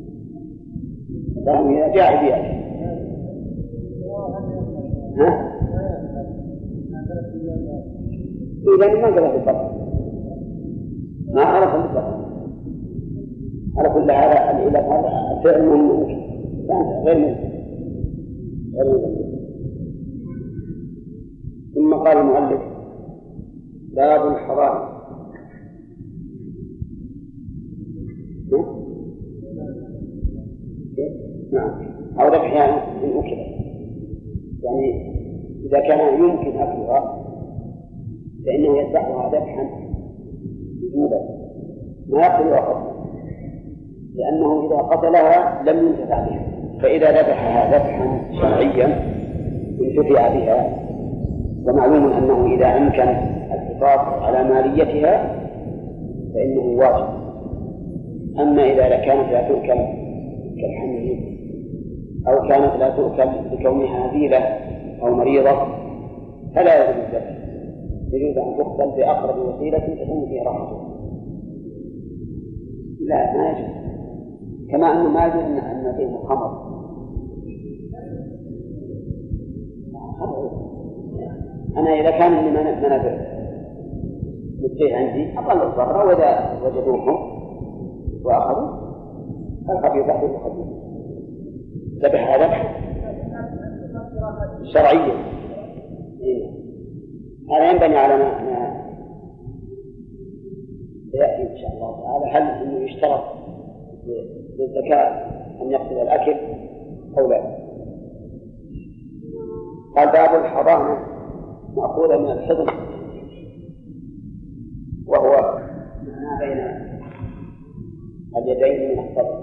فهم جاعل يأكل. ها؟ إذا ما قرأت البطن ما عرف البطن على كل هذا العلاج هذا فعل ممكن غير ممكن. ثم قال المؤلف باب الحرام. أو ذبحها إن أكلت، يعني إذا كان يمكن أكلها فإنه يذبحها ذبحا وجوبا ما يقتلها قتلا، لأنه إذا قتلها لم ينتفع بها، فإذا ذبحها ذبحا شرعيا انتفع بها. ومعلوم أنه إذا أمكن الحفاظ على ماليتها فإنه واجب. أما إذا كانت لا تؤكل كالحمل أو كانت لا تؤكل بكونها هزيلة أو مريضة فلا يجوز الذبح، يجوز أن تقتل بأقرب وسيلة تكون فيها راحته. لا ما يجوز، كما أنه ما يجوز أن فيه الخمر. أنا إذا كان من منابع متجه عندي أقل الضرر، وإذا وجدوهم وأخذوا فالخبيث يحدث الخبيث ذبح ذبح شرعيا. هذا ينبني على ما سيأتي إن شاء الله تعالى. هل إنه يشترط للزكاة أن يقتل الأكل أو لا؟ قال باب الحضانة مأخوذة من الحضن، وهو ما بين اليدين من الصدر،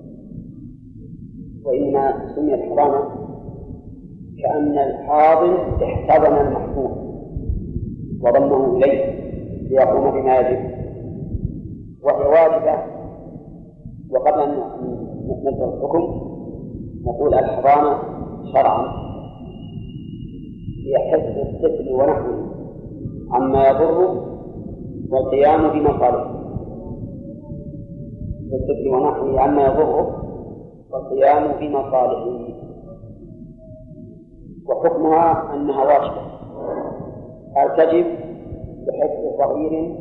وإنما سمي الحضانة كأن الحاضن احتضن المحضون وضمه إليه ليقوم بما يجب، وهي واجبة. وقبل أن نذكر الحكم نقول الحضانة شرعا هي حفظ الطفل ونحوه عما يضره والقيام بمصالحه، الطفل ونحوه عما يضره والقيام بمصالحه. وحكمها أنها واجبة، هل تجب بحفظ صغير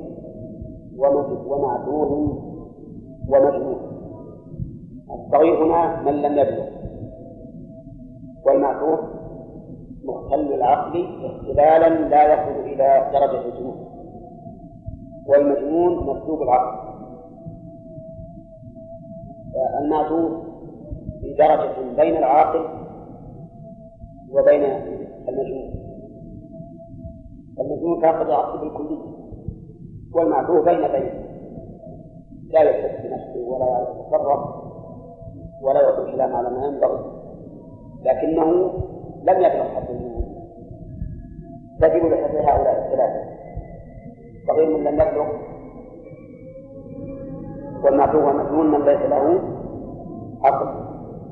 ومعذور ومجنون. الصغير هنا من لم يبلغ، والمعذور مختل العقل اختلالا لا يصل إلى درجة الجنون، والمجنون مسلوب العقل. المعذور في درجة بين العاقل وبين المجنون، المجنون فاقد العقل بالكلية، والمعذور بين بين لا يحس بنفسه ولا يتصرف ولا يقول كلام على ما ينبغي، لكنه لم يبلغ حتى الجنون. تجب لحفظ هؤلاء الثلاثة: صغير من لم يبلغ، والمعذور والمجنون من ليس له عقل.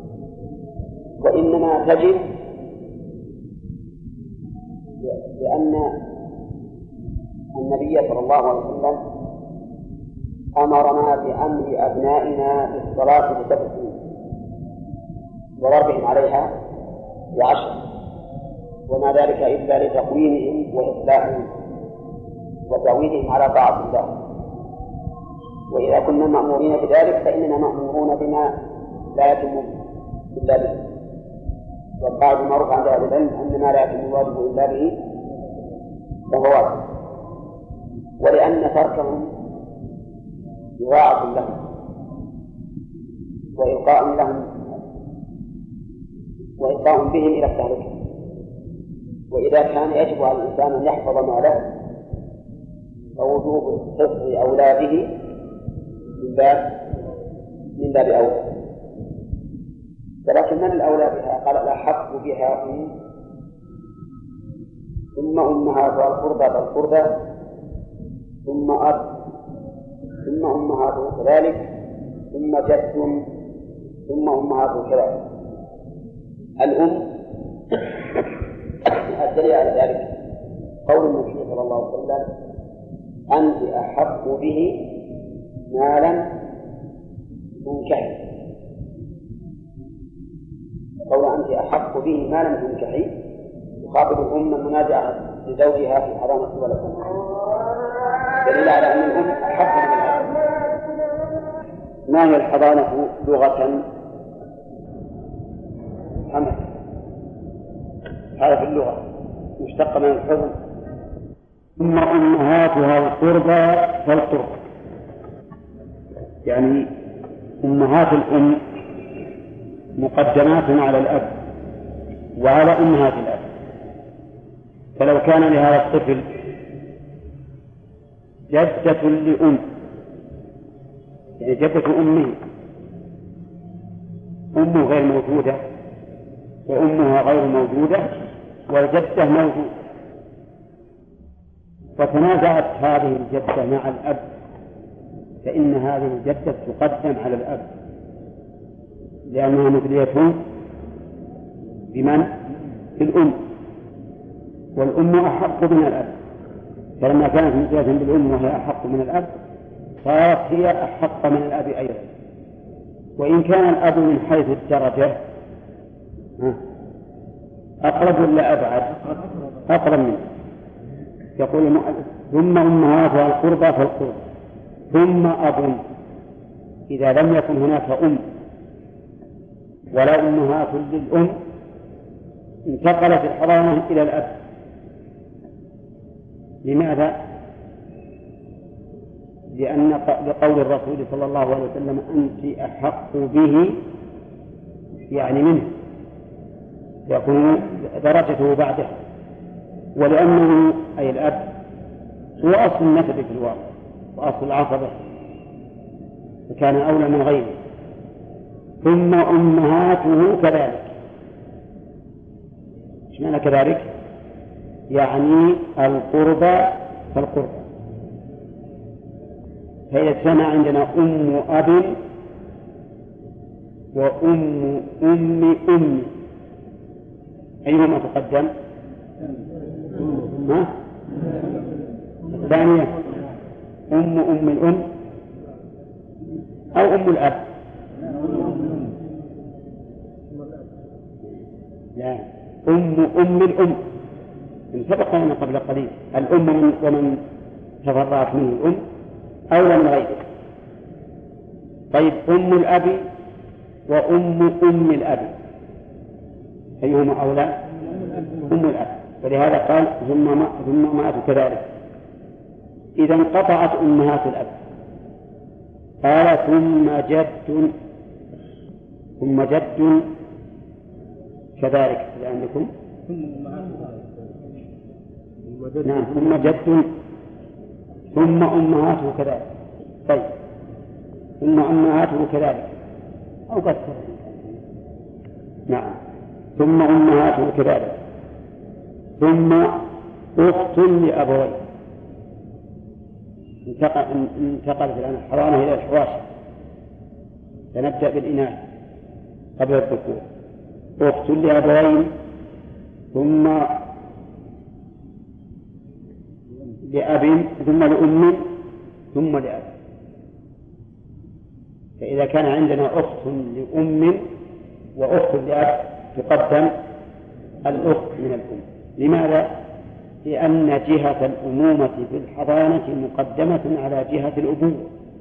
وإنما تجب لأن النبي صلى الله عليه وسلم أمرنا بأمر أبنائنا بالصلاة بسبع سنين وضربهم عليها بعشر، وما ذلك إلا لتقويمهم وإصلاحهم وتعويدهم على طاعة الله. وإذا كنا مأمورين بذلك فإننا مأمورون بما لا يتم إلا به، والقاعدة المعروف عند أهل العلم أن ما لا يتم الواجب إلا به فهو واجب. ولأن تركهم إضاعة لهم وإلقاء لهم وإلقاء بهم إلى التهلكة. وإذا كان يجب على الإنسان أن يحفظ ماله فوجوب حفظ أولاده من باب من باب أولى. ولكن من الأولى بها؟ قال الأحق بها أم ثم أمهاتها القربى فالقربى ثم أب ثم أمهاته كذلك ثم جد ثم أمهاته كذلك. الأم الدليل على ذلك قول النبي صلى الله عليه وسلم: أنت أحق به ما لم تنكحي. قول أنت أحق به ما لم تنكحي يخاطب الأم المنازعة لزوجها في حضانة ولد، دليل على أن الأم أحق من الأب. ما هي الحضانة لغة؟ حمل، هذا في اللغة مشتق من الحضن. ثم أمهاتها القربى فالقربى، يعني أمهات الأم مقدمات على الأب وعلى أمهات الأب. فلو كان لهذا الطفل جدة لأم، يعني جدة أمه، أمه غير موجودة وأمها غير موجودة والجدة موجودة، فتنازعت هذه الجدة مع الأب، فإن هذه الجدة تقدم على الأب لأنها مثلية بمن؟ بالأم، والأم أحق من الأب، فلما كانت مثلية بالأم وهي أحق من الأب صارت هي أحق من الأب أيضا. وإن كان الأب من حيث الدرجة أقرب ولا أبعد؟ أقرب منه. يقول المؤلف ثم أمهاتها القربى فالقربى ثم أب، إذا لم يكن هناك أم ولا أمهات للأم انتقلت الحضانة إلى الأب. لماذا؟ لأن لقول الرسول صلى الله عليه وسلم أنت أحق به، يعني منه يكون درجته بعده، ولأنه أي الأب هو أصل النسب في الواقع وأصل العصبة فكان أولى من غيره. ثم أمهاته كذلك. إيش معنى كذلك؟ يعني القربى فالقربى. فإذا اجتمع عندنا أم أب وأم أم أم أيهما تقدم؟ ها؟ الثانية أم أم الأم أو أم الأب؟ لا، أم أم الأم. إن سبق لنا قبل قليل الأم ومن تفرعت منه الأم أولى من غيره. طيب أم الأب وأم أم الأب أيهما أولى؟ أم الأب. ولهذا قال ثم ثم مات كذلك. إذا انقطعت أمهات الأب قال ثم جد ثم جد كذلك عندكم؟ نعم ثم جد ثم أمهاته كذلك. طيب ثم أمهاته كذلك أو كثر. نعم ثم أمهاته كذلك ثم أخت لأبوين. انتقلت الآن الحضانة إلى الحواشي، فنبدأ بالإناث قبل الذكور. أخت لأبوين ثم لأب ثم لأم ثم لأب. فإذا كان عندنا أخت لأم وأخت لأب تقدم الأخت من الأم. لماذا؟ لأن جهة الأمومة في الحضانة مقدمة على جهة الأبوة،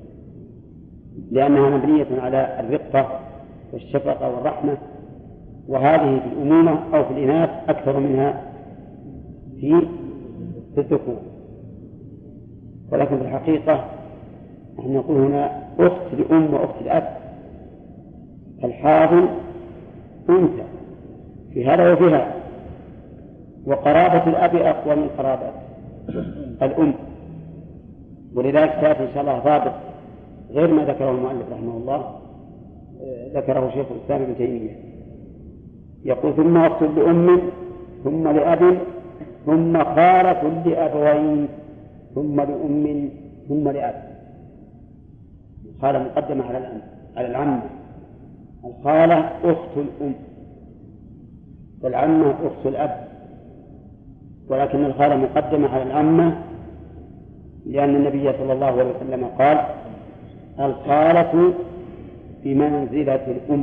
لأنها مبنية على الرقة والشفقة والرحمة، وهذه في الأمومة أو في الإناث أكثر منها في الذكور. ولكن في الحقيقة نحن نقول هنا أخت لأم وأخت لأب. الحاضن أنثى في هذا وفي هذا، وقرابة الأب أقوى من قرابة الأم، ولذلك سيأتي إن شاء الله ضابط غير ما ذكره المؤلف رحمه الله ذكره شيخ الإسلام ابن تيمية. يقول ثم أخت لأم ثم لأب ثم خالة لأبوين ثم لأم ثم لأب. الخالة مقدمة على الأم على العمة. الخالة أخت الأم والعمة أخت الأب، ولكن الخالة مقدمة على العمة لأن النبي صلى الله عليه وسلم قال الخالة بمنزلة الأم.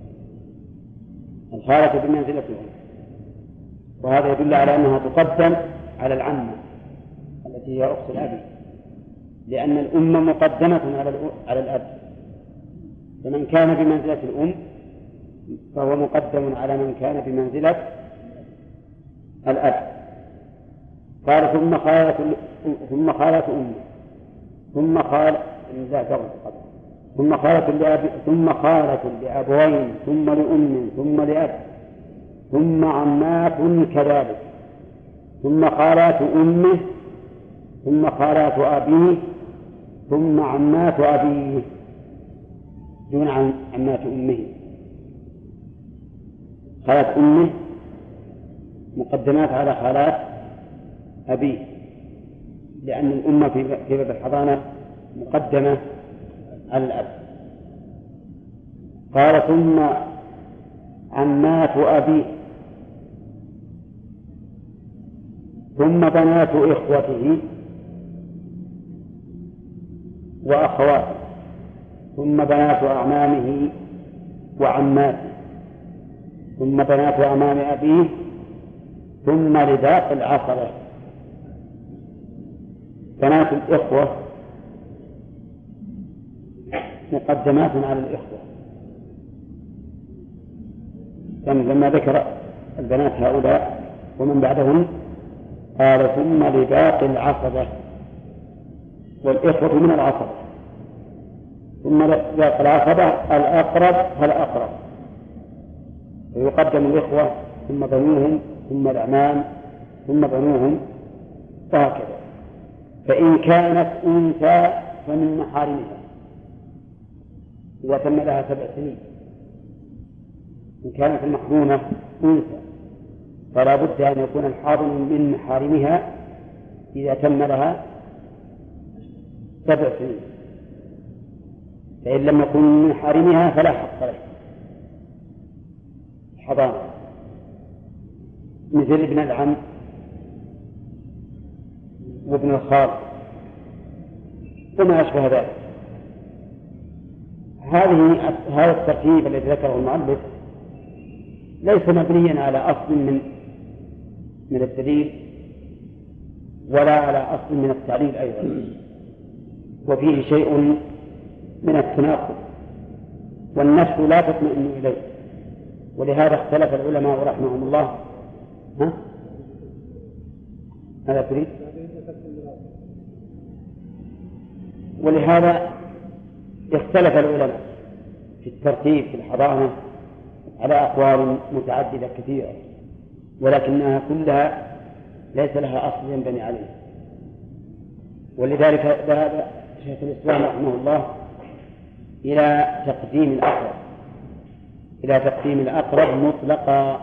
الخالة بمنزلة الأم، وهذا يدل على أنها تقدم على العمة التي هي أخت الأب، لأن الأم مقدمة على الأب، فمن كان بمنزلة الأم فهو مقدم على من كان بمنزلة الأب. قال ثم خالة ثم خالة أمه ثم خال ثم خالة لأب ثم خالة لأبوين ثم لأم ثم لأب ثم عمات كذلك ثم خالات أمه ثم خالات أبيه ثم عمات أبيه دون عمات أمه. خالات أمه مقدمات على خالات أبيه، لأن الأمة في باب الحضانة مقدمة على الأب. قال ثم عمات أبيه ثم بنات إخوته وأخواته ثم بنات أعمامه وعماته ثم بنات أعمام أبيه ثم لذات العصبة. بنات الإخوة مقدمات على الإخوة، لما ذكر البنات هؤلاء ومن بعدهم قال ثم لباقي العصبة، والإخوة من العصبة، ثم لباقي العصبة الأقرب فالأقرب، ويقدم الإخوة ثم بنوهم ثم الأعمام ثم بنوهم وهكذا. فإن كانت أنثى فمن محارمها إذا تم لها سبع سنين. إن كانت المحرومة أنثى فلا بد أن يكون الحاضن من محارمها إذا تم لها سبع سنين، فإن لم يكن من محارمها فلا حق له حضانة، مثل ابن العم وابن الخال وما أشبه ذلك. هذه هذا الترتيب الذي ذكره المؤلف ليس مبنيا على أصل من من الدليل ولا على أصل من التعليل أيضا، وفيه شيء من التناقض والنفس لا تطمئن إليه، ولهذا اختلف العلماء رحمهم الله. ها؟ هذا تريد؟ ولهذا اختلف العلماء في الترتيب في الحضانة على أقوال متعددة كثيرة، ولكنها كلها ليس لها أصل ينبني عليه. ولذلك ذهب شيخ الإسلام رحمه الله إلى تقديم الأقرب إلى تقديم الأقرب مطلقا،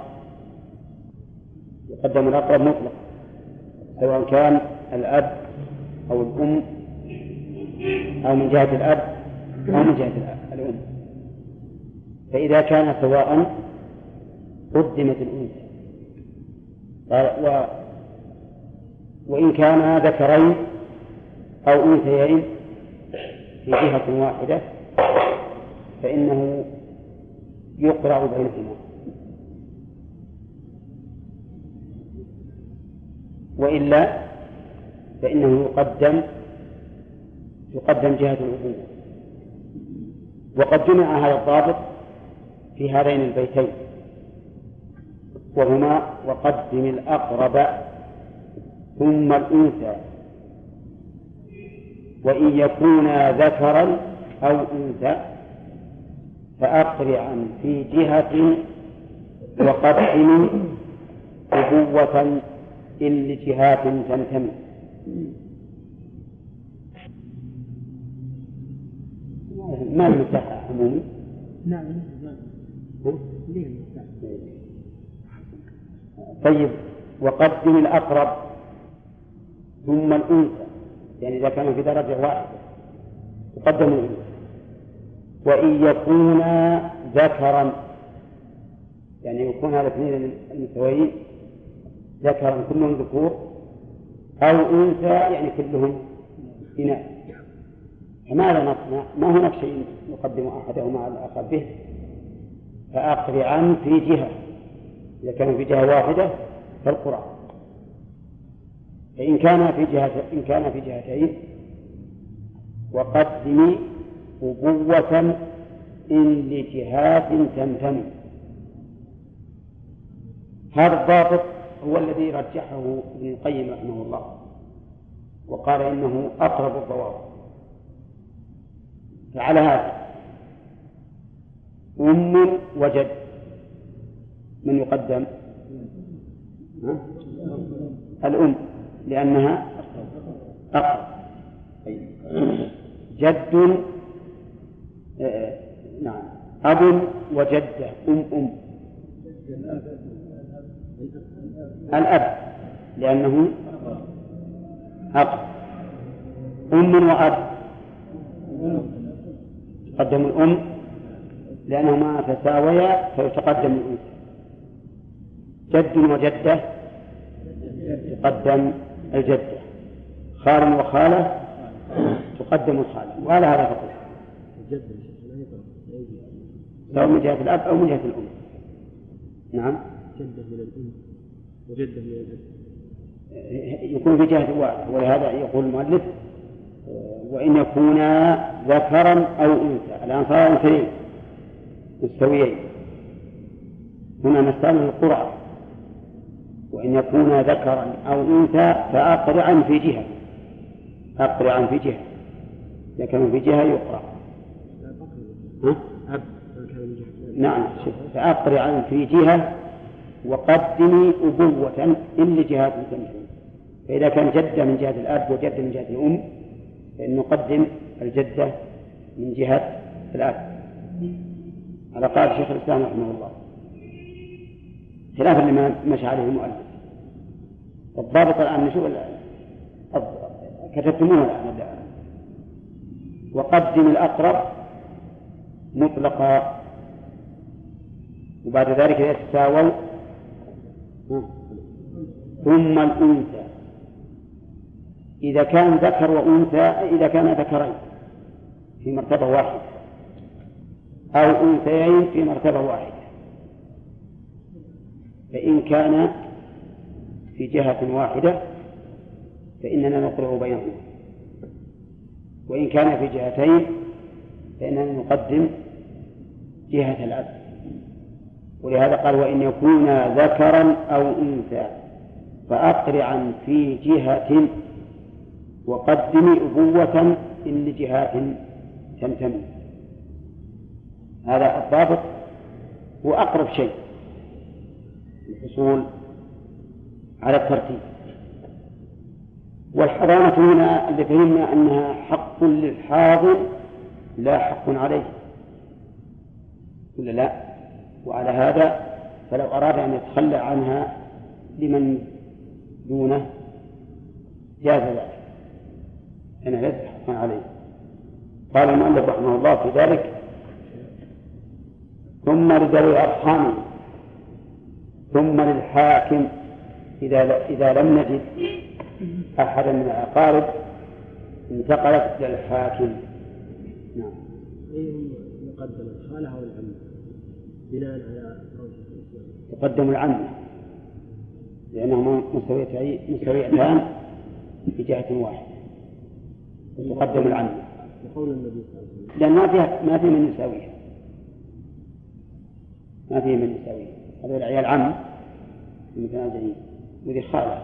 يقدم الأقرب مطلقا سواء كان الأب أو الأم أو من جهة الأب أو من جهة الأم. فإذا كان سواء قدمت الأنثى، و... وإن كان ذكرين أو أنثيين في جهة واحدة فإنه يقرأ بينهما، وإلا فإنه يقدم يقدم جهة الأبوة. وقد جمع هذا الضابط في هذين البيتين، وهما وقدم الأقرب ثم الأنثى، وإن يكونا ذكرا أو أنثى فأقرعا في جهة وقدم أبوة إن لجهات تنتمي. ما المساحة عمومي؟ نعم. طيب، وقدم الأقرب ثم الأنثى، يعني إذا كان في درجة واحدة تقدم الأنثى. وإن يكونا ذكرا، يعني يكون هذا الاثنين المساويين ذكرا كلهم ذكور أو أنثى يعني كلهم إناث، فماذا نصنع؟ ما هناك شيء نقدم أحدهما على الآخر به، فأقرعا في جهة، إذا كان في جهة واحدة فالقرع، فإن كان في جهة إن كان في جهتين وقدم أبوة إن لجهات تنتمي. هذا الضابط هو الذي رجحه ابن القيم رحمه الله، وقال إنه أقرب الضوابط. فعلى هذا أم وجد من يقدم؟ ها؟ الأم لأنها أقرب. جد آه نعم أب وجدة أم أم الأب لأنه أب. أم وأب تقدم الأم لأنهما تساويا فيتقدم الأنثى. جد وجدة تقدم الجدة. خال وخالة تقدم الخالة. وعلى هذا فقط سواء من جهة الأب أو من جهة الأم. نعم جدة من الأم وجدة من الأب يكون في جهة واحدة. ولهذا يقول المؤلف وإن يكونا ذكرا أو أنثى. الآن صار أنثيين مستويين. هنا نستعمل القرعة وإن يكونا ذكرا أو أنثى فأقرعا في جهة. أقرعا في جهة إذا كانوا في جهة يقرع. ها؟ نعم فأقرعا في جهة وقدمي أبوة إن لجهات تنتهي. فإذا كان جدة من جهة الأب وجدة من جهة الأم فإن نقدم الجدة من جهة الأب على قال شيخ الإسلام رحمه الله خلافا لما مشى عليه المؤلف. الضابط الآن نشوف كتبتموه الآن. وقدم الأقرب مطلقا وبعد ذلك يتساووا ثم الأنثى إذا كان ذكر وأنثى إذا كان ذكرين في مرتبة واحدة أو أنثيين في مرتبة واحدة. فإن كان في جهة واحدة فإننا نقرأ بينهما وإن كان في جهتين فإننا نقدم جهة الأب. ولهذا قال وإن يكون ذكرا أو أنثى فأقرعا في جهة وقدم أبوة إن لجهات تنتمي. هذا الضابط هو أقرب شيء الحصول على الترتيب. والحضانة هنا اللي فهمنا أنها حق للحاضر لا حق عليه ولا لا. وعلى هذا فلو أراد أن يتخلى عنها لمن دونه جاز ذلك أنه ليس حقا عليه. قال المؤلف رحمه الله في ذلك ثم لذوي أرحام ثم للحاكم إذا إذا لم نجد أحدا من الأقارب انتقلت إلى الحاكم. نعم. مقدم الخالة أو العم بناء على تقدم العم لأنهما مستويتان في جهة واحدة وتقدم العم يقول النبي صلى الله عليه وسلم لأن ما فيها ما في من يساويها ما في من يساويها. هذا العيال عم المتنازعين وذي خالة.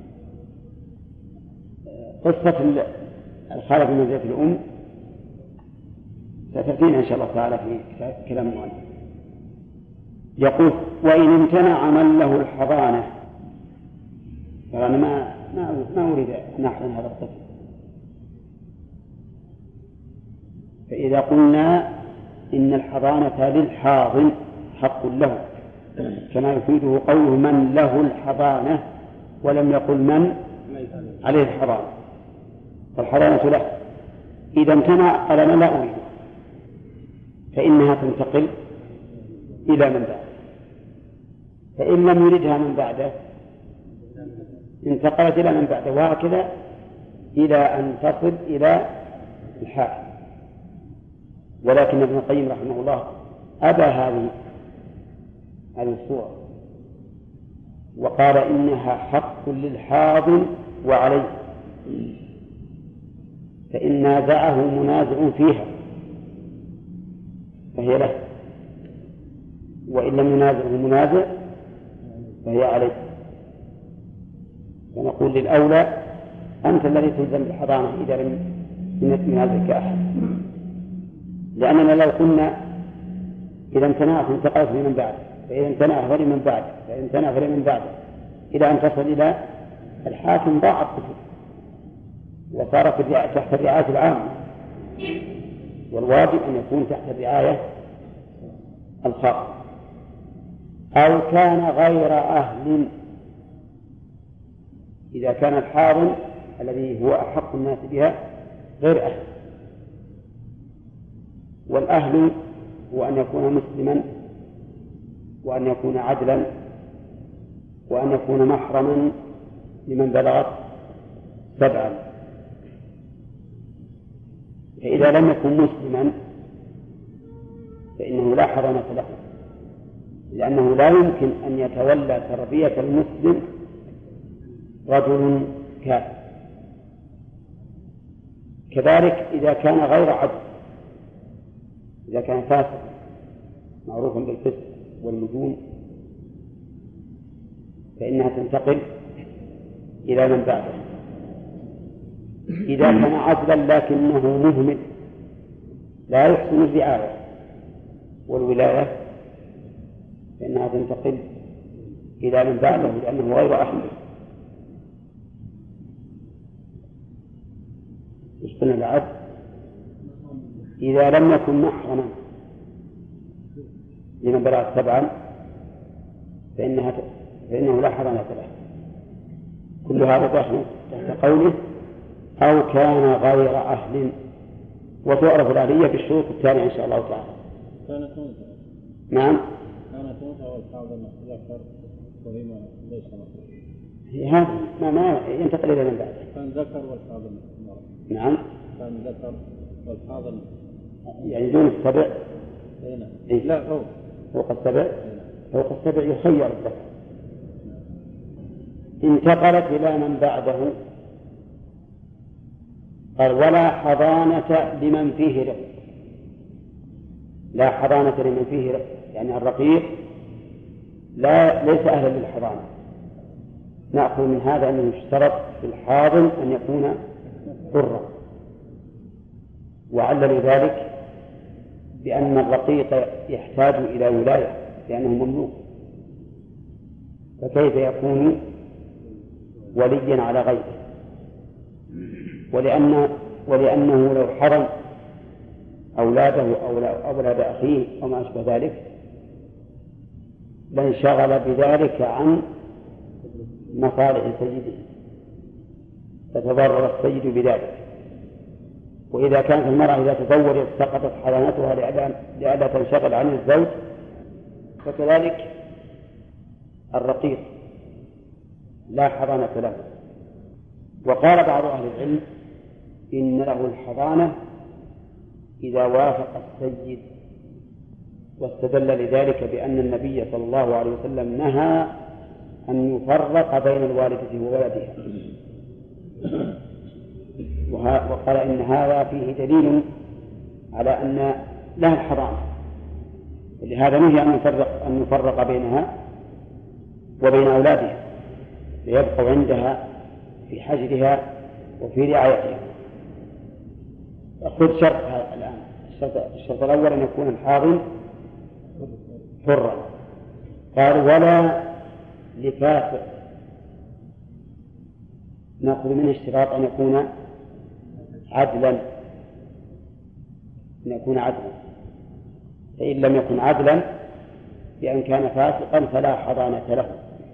قصة الخالة في منزلة الأم ستأتينا إن شاء الله تعالى في كلام المؤلف. يقول وإن امتنع من له الحضانة. فأنا ما ما ما أريد أن أحضن هذا الطفل. فإذا قلنا إن الحضانة للحاضن حق له كما يفيده قوله من له الحضانة ولم يقل من عليه الحضانة. فالحضانة له. إذا امتنع قال أنا لا أريد فإنها تنتقل إلى من بعده. فإن لم يردها من بعده انتقلت إلى من بعده وهكذا إلى أن تصل إلى الحاكم. ولكن ابن القيم رحمه الله أبى هذه هذه الصورة وقال إنها حق للحاضن وعليه. فإن نازعه منازع فيها فهي له وإن لم ينازعه منازع فهي عليه. فنقول للأولى أنت الذي تلزم بالحضانة إذا لم ينازعك أحد. لأننا لو قلنا إذا امتنعت انتقلت لمن بعده، فإذا امتنع فلمن بعده، فإذا امتنع فلمن بعده، إلى أن تصل إلى الحاكم ضاع الطفل وصار تحت الرعاية العامة، والواجب أن يكون تحت الرعاية الخاصة. أو كان غير أهل، إذا كان الحاضن الذي هو أحق الناس بها غير أهل. والأهل هو أن يكون مسلما، وأن يكون عدلا، وأن يكون محرما لمن بلغت سبعا. فإذا لم يكن مسلما فإنه لا حضانة له، لأنه لا يمكن أن يتولى تربية المسلم رجل كافر. كذلك إذا كان غير عدل، إذا كان فاسق معروف بالفسق والمجون فإنها تنتقل إلى من بعده. إذا كان عدلا لكنه مهمل لا يحسن الرعاية والولاية فإنها تنتقل إلى من بعده لأنه غير أهل. يشتن العبد إذا لم يكن محرما لمن بلغ سبعا فإنها فإنه لا حضانة له. كل هذا داخل تحت قوله أو كان غير أهل. وتعرف الأهلية بالشروط التالية إن شاء الله تعالى. كانت أنثى. نعم. كانت أنثى والحاضن ذكر ولما ليس مطلوب. هذا ما ما ينتقل إلى من بعد. كان ذكر والحاضن. نعم. كان ذكر والحاضن. يعني دون السبع. إيه؟ لا فوق. فوق السبع. فوق السبع يخير الذكر. انتقلت إلى من بعده قال ولا حضانة لمن فيه رق. لا حضانة لمن فيه رق، يعني الرقيق لا ليس أهلا للحضانة. نأخذ من هذا أنه يشترط في الحاضن أن يكون حرا، وعلل ذلك بأن الرقيق يحتاج إلى ولاية لأنه مملوك، فكيف يكون وليا على غيره؟ ولأن ولأنه لو حرم أولاده أو أولاد أخيه أو ما أشبه ذلك لانشغل بذلك عن مصالح سيده، فتضرر السيد بذلك. وإذا كانت المرأة إذا تزوجت سقطت حضانتها لئلا تنشغل عن الزوج، فكذلك الرقيق لا حضانة له. وقال بعض أهل العلم إن له الحضانة إذا وافق السيد، واستدل لذلك بأن النبي صلى الله عليه وسلم نهى أن يفرق بين الوالدة وولدها، وقال إن هذا فيه دليل على أن لها الحضانة، ولهذا نهي أن يفرق أن يفرق بينها وبين أولادها ليبقوا عندها في حجرها وفي رعايتها. خذ شرط الآن. الشرط الأول أن يكون الحاضن حرا. قال ولا لفاسق، نأخذ منه اشتراط أن يكون عدلا، أن يكون عدلا، فإن لم يكن عدلا بأن كان فاسقا فلا حضانة له.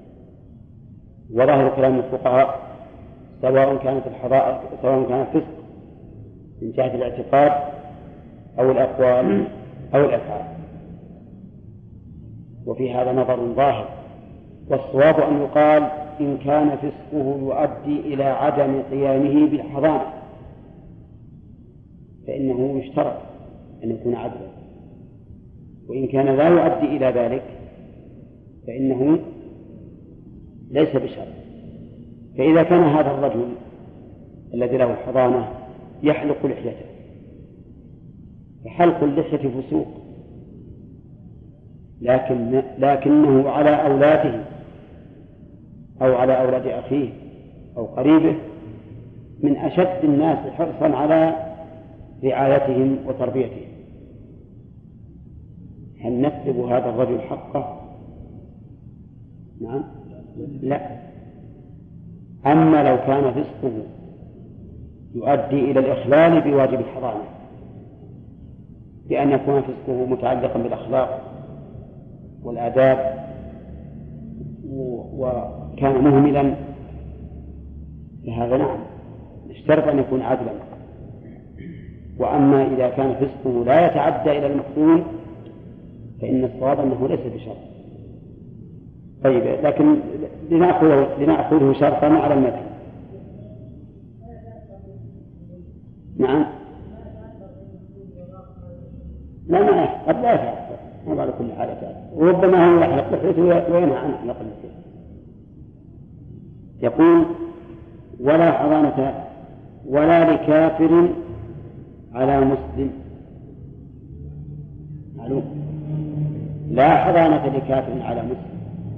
وظاهر كلام الفقهاء سواء كانت الحضانة سواء كان الفسق من جهة الاعتقاد أو الأقوال أو الأفعال، وفي هذا نظر ظاهر. والصواب أن يقال إن كان فسقه يؤدي إلى عدم قيامه بالحضانة فإنه يشترط أن يكون عدلا، وإن كان لا يؤدي إلى ذلك فإنه ليس بشرط. فإذا كان هذا الرجل الذي له الحضانة يحلق لحيته، فحلق اللحية فسوق، لكن لكنه على أولاده أو على أولاد أخيه أو قريبه من أشد الناس حرصا على رعايتهم وتربيتهم، هل نسلب هذا الرجل حقه؟ نعم. لا. أما لو كان فسقه يؤدي إلى الإخلال بواجب الحضانة بأن يكون فسقه متعلقا بالأخلاق والآداب وكان مهملا، فهذا نعم اشترط أن يكون عدلا. وأما إذا كان فسقه لا يتعدى إلى المحظون فإن الصواب أنه ليس بشرط. طيب، لكن لنأخذه, لنأخذه شرطا على المثل. نعم. لا ما قد لا يفعل، ما على كل حال يفعل، وربما هو يحلق لحيته وينهى عن حلق اللحية. يقول: ولا حضانة ولا لكافر على مسلم. معلوم؟ لا حضانة لكافر على مسلم.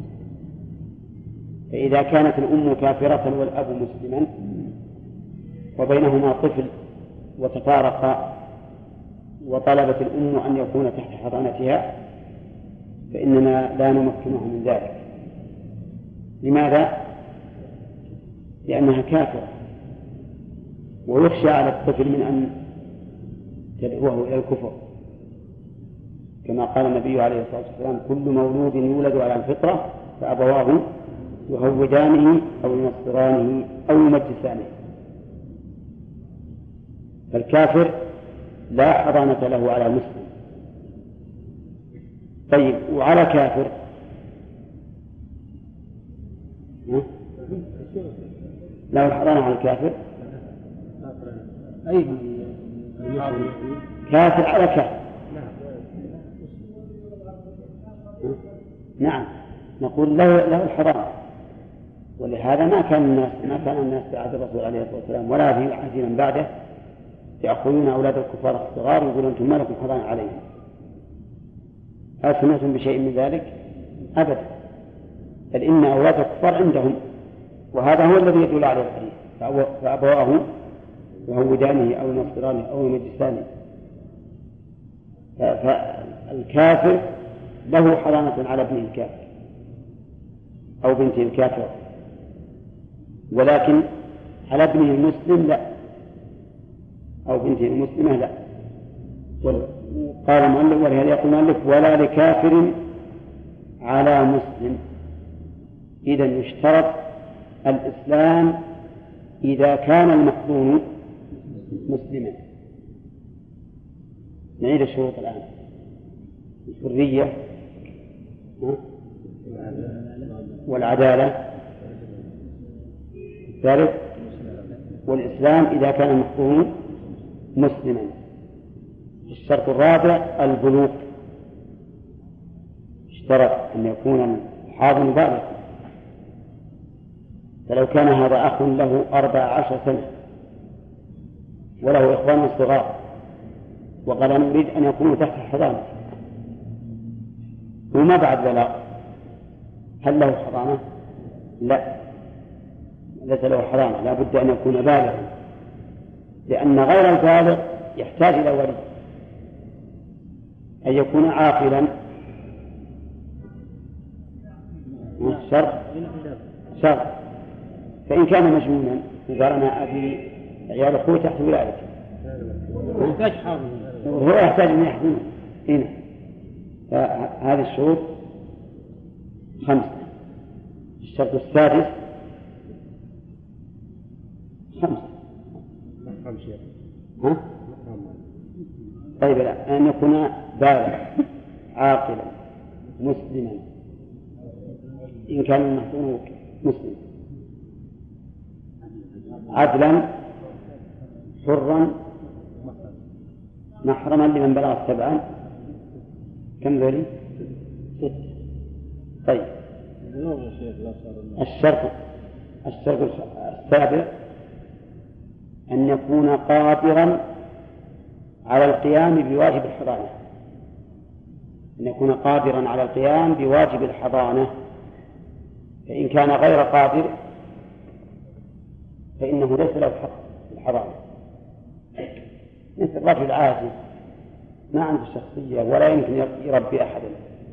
فإذا كانت الأم كافرة والأب مسلما وبينهما طفل وتفارقا وطلبت الأم أن يكون تحت حضانتها فإننا لا نمكنه من ذلك. لماذا؟ لأنها كافرة ويخشى على الطفل من أن تدعوه إلى الكفر، كما قال النبي عليه الصلاة والسلام: كل مولود يولد على الفطرة فأبواه يهودانه أو ينصرانه أو يمجسانه. فالكافر لا حضانة له على مسلم. طيب، وعلى كافر لا الحضانة على الكافر؟ أي كافر على كافر. نعم، نقول له له الحضانة. ولهذا ما كان الناس ما كان الناس في عهد الرسول عليه الصلاة والسلام ولا في عهد من بعده يأخذون أولاد الكفار الصغار ويقولون أنتم ما لكم حضانة عليهم. هل سمعتم بشيء من ذلك؟ أبدا. بل إن أولاد الكفار عندهم، وهذا هو الذي يدل عليه الحديث: فأبواه يهودانه أو ينصرانه أو يمجسانه. فالكافر له حضانة على ابنه الكافر أو بنته الكافر، ولكن على ابنه المسلم لا، أو بنته المسلمة لا. قال المؤلف: ولهذا يقول المؤلف: ولا لكافر على مسلم. إذا يشترط الإسلام إذا كان المحظون مسلما. نعيد الشروط الآن: الحرية والعدالة، الثالث والإسلام إذا كان المحظون مسلما. الشرط الرابع البلوغ، اشترط أن يكون الحاضن بالغا. فلو كان هذا أخ له أربع عشر سنة وله إخوان صغار وقال: أنا أريد أن يكون تحت الحضانة وما بعد بلاغ، هل له حضانة؟ لا، ليس له حضانة، لا بد أن يكون بالغا، لأن غير البالغ يحتاج إلى ولي، أن يكون عاقلا. شرط شرط فإن كان مجنونا وقال: أنا أبي عيال أخوي تحت ولايته، وهو يحتاج أن يحضنه هنا. فهذه الشروط خمسة. الشرط السادس خمسة. ها؟ طيب، لا، أن يكون بالغ عاقلا مسلما إن كان المحظون مسلم، عدلا حرا محرما لمن بلغ سبعا. كم ذلك؟ ست. طيب، الشرط الشرط السابع أن يكون قادرا على القيام بواجب الحضانة. أن يكون قادرا على القيام بواجب الحضانة. فإن كان غير قادر فإنه ليس له حق في الحضانة، مثل الرجل عاجز ما عنده شخصية ولا يمكن يربي أحدا،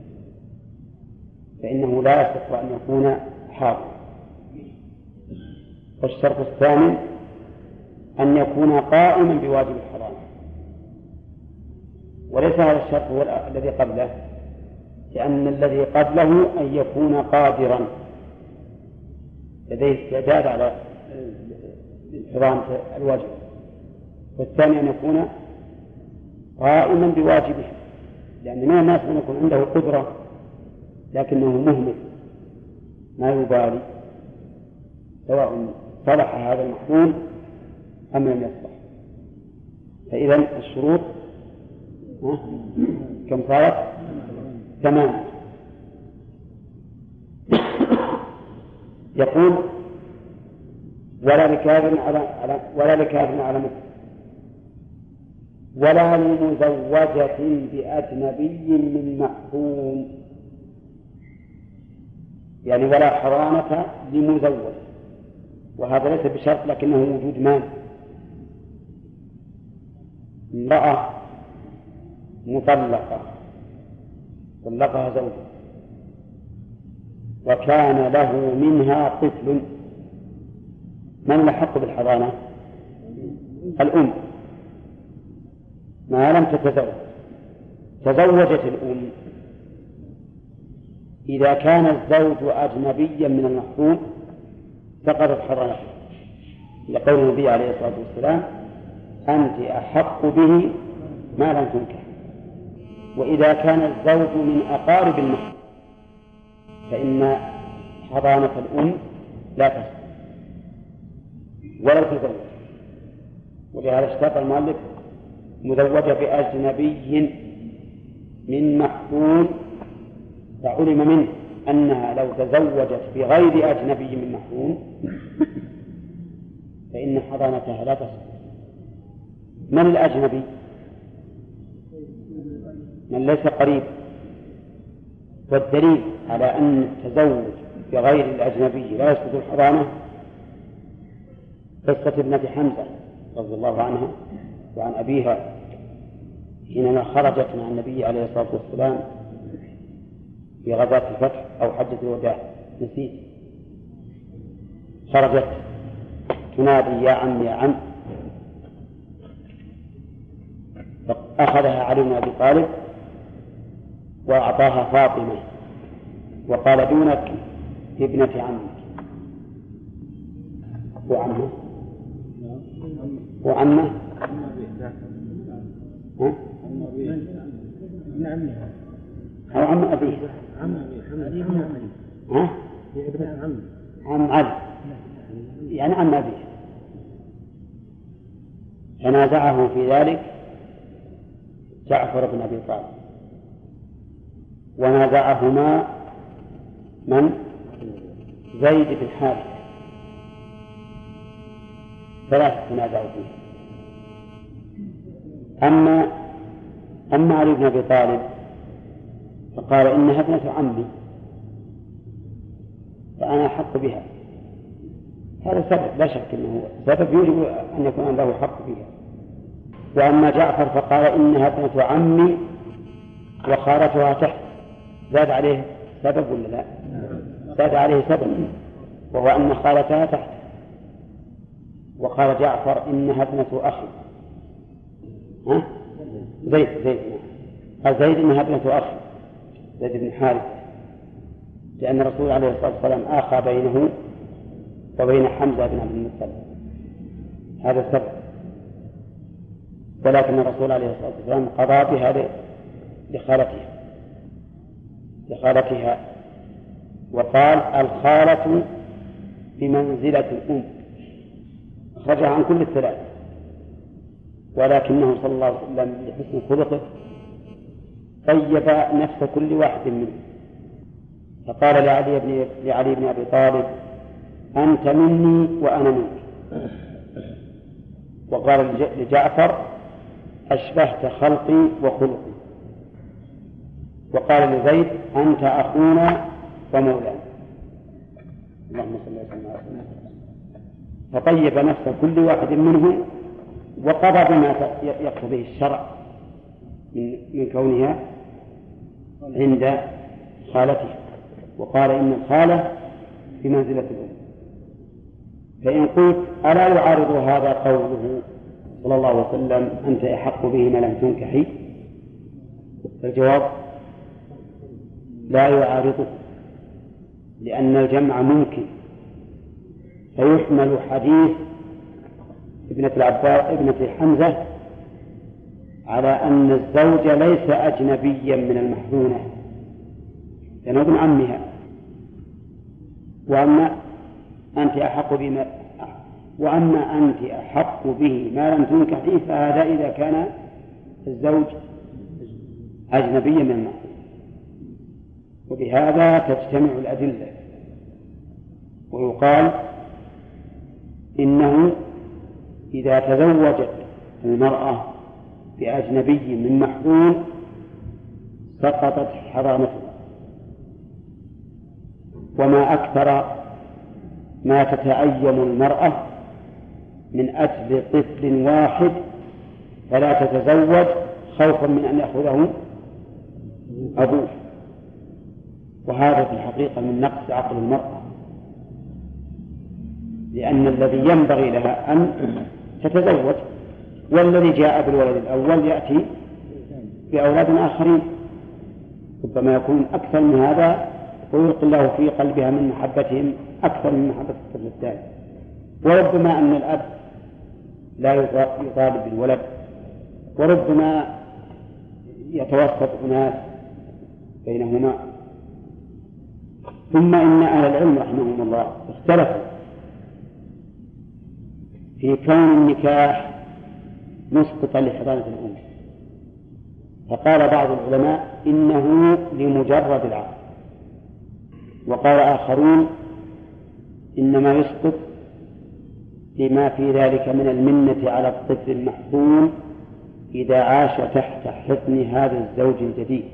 فإنه لا يصح أن يكون حاضر. والشرط الثاني أن يكون قائما بواجب الحضانة، وليس هذا الشرط هو الذي قبله، لأن الذي قبله أن يكون قادرا لديه استعداد على حضانة الواجب، والثاني أن يكون قائما بواجبه، لأن من الناس من يكون عنده قدرة لكنه مهمل ما يبالي سواء صلح هذا المحظوظ أم لم يصلح. فإذا الشروط كم صارت؟ ثمانية. يقول ولا لكافر على ولا لكافر على مثل ولا لمزوجة بأجنبي من محكوم، يعني ولا حضانة لمزوج، وهذا ليس بشرط لكنه وجود مانع. امرأة مطلقة طلقها زوجها وكان له منها طفل، من لحق بالحضانة؟ الأم ما لم تتزوج. تزوجت الأم، إذا كان الزوج أجنبيا من المحكوم سقطت حضانته، لقول النبي عليه الصلاة والسلام أنت أحق به ما لم تنكح. وإذا كان الزوج من أقارب المحكوم فإن حضانة الأم لا تصح ولا تزوج. ولهذا اشترط المؤلف مزوجة بأجنبي من محكوم، فعلم منه أنها لو تزوجت بغير أجنبي من محكوم فإن حضانتها لا تصح. من الأجنبي؟ من ليس قريب. والدليل على أن التزوج بغير الأجنبي لا يسقط الحضانة قصة ابنة حمزة رضي الله عنها وعن أبيها حينما خرجت مع النبي عليه الصلاة والسلام في غزاة الفتح أو حجة الوداع، نسيت، خرجت تنادي يا عم يا عم، فأخذها علي بن أبي طالب وأعطاها فاطمة وقال دونك ابنة عمك وعمه وعمه ها؟ أو عم أبيه ها؟ عم علي يعني عم أبيه. فنازعه في ذلك جعفر بن أبي طالب، ونازعهما من؟ زيد بن حارثة، ثلاثة تنازعوا فيه. أما أما علي بن أبي طالب فقال إنها ابنة عمي فأنا أحق بها. هذا سبب لا شك أنه سبب يجب أن يكون له حق بها. وأما جعفر فقال إنها ابنة عمي وخالتها تحت، زاد عليه سبب ولا لا؟ زاد عليه سبب، وهو أن خالتها تحت. وقال جعفر إنها ابنة أخي، ها؟ زيد زيد قال زيد إنها ابنة أخي زيد بن حارثة، لأن الرسول عليه الصلاة والسلام آخى بينه وبين حمزة بن عبد المطلب، هذا السبب. ولكن الرسول عليه الصلاة والسلام قضى بها لخالتها لخالتها وقال الخالة بمنزلة الأم، أخرجها عن كل الثلاث. ولكنه صلى الله عليه وسلم لحسن خلقه طيب نفس كل واحد منه، فقال لعلي بن لعلي بن أبي طالب أنت مني وأنا منك، وقال لجعفر أشبهت خلقي وخلقي، وقال لزيد أنت أخونا ومولانا. اللهم صل وسلم على سيدنا محمد. فطيب نفس كل واحد منهم وقضى بما يقتضيه الشرع من, من كونها عند خالتها، وقال إن الخالة بمنزلة الأم. فإن قلت ألا يعارض هذا قوله صلى الله عليه وسلم أنت أحق به ما لم تنكحي؟ فالجواب لا يعارضه، لأن الجمع ممكن، فيحمل حديث ابنة العباس ابنة حمزة على أن الزوج ليس أجنبيا من المحظونة لأنه ابن عمها، وأما أنت أحق بما وأما أنت أحق به ما لم تنكحي فهذا إذا كان الزوج أجنبيا من المحظونة. وبهذا تجتمع الأدلة، ويقال إنه إذا تزوجت المرأة بأجنبي من محظون سقطت حرامتها. وما أكثر ما تتأيم المرأة من أجل طفل واحد فلا تتزوج خوفا من أن يأخذه أبوه، وهذا في الحقيقة من نقص عقل المرأة، لأن الذي ينبغي لها أن تتزوج، والذي جاء بالولد الأول يأتي بأولاد آخرين ربما يكون أكثر من هذا، ويلقي الله في قلبها من محبتهم أكثر من محبة الطفل الثاني. وربما أن الأب لا يطالب بالولد، وربما يتوسط أناس بينهما. ثم إن أهل العلم رحمهم الله اختلفوا في كون النكاح مسقطا لحضانة الأم، فقال بعض العلماء إنه لمجرد العقد، وقال آخرون إنما يسقط لما في ذلك من المنة على الطفل المحظون إذا عاش تحت حضن هذا الزوج الجديد،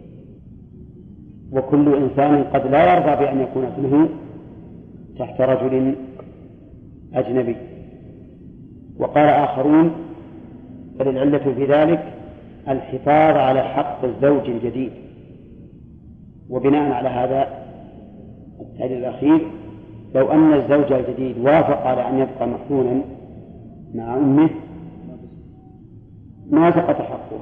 وكل إنسان قد لا يرضى بأن يكون ابنه تحت رجل أجنبي. وقال آخرون بل العلة في ذلك الحفاظ على حق الزوج الجديد. وبناء على هذا التعليل الأخير لو أن الزوج الجديد وافق على أن يبقى محظونا مع أمه ما سقط حقه،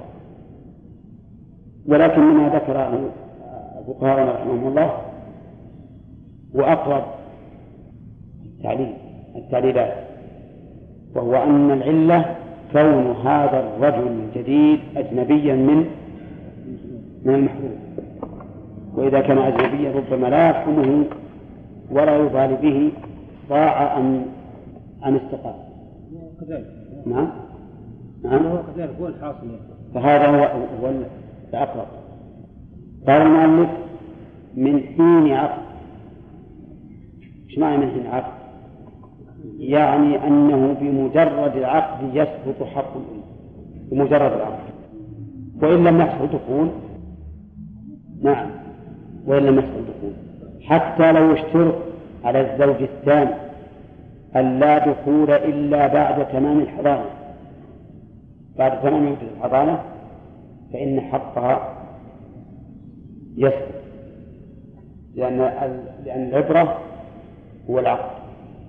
ولكن مما ذكره فقهاؤنا رحمهم الله وأقرب التعليل التعليلات، وهو أن العلة كون هذا الرجل الجديد أجنبيا من من المحظوظ، وإذا كان أجنبيا ربما لا يرحمه ولا يبالي به ضاع أم أم استقام. نعم نعم هو كذلك هو الحاصل، فهذا هو هو الأقرب. قال المؤلف من حين عقد. ايش معنى من حين عقد؟ يعني أنه بمجرد العقد يسقط حق الأم، بمجرد العقد، وإن لم يحصل دخول. نعم وإن لم يحصل دخول، حتى لو اشترط على الزوج الثاني أن لا دخول إلا بعد تمام الحضانة، بعد تمام مدة الحضانة فإن حقها يسقط، لأن لأن العبرة هو العقد.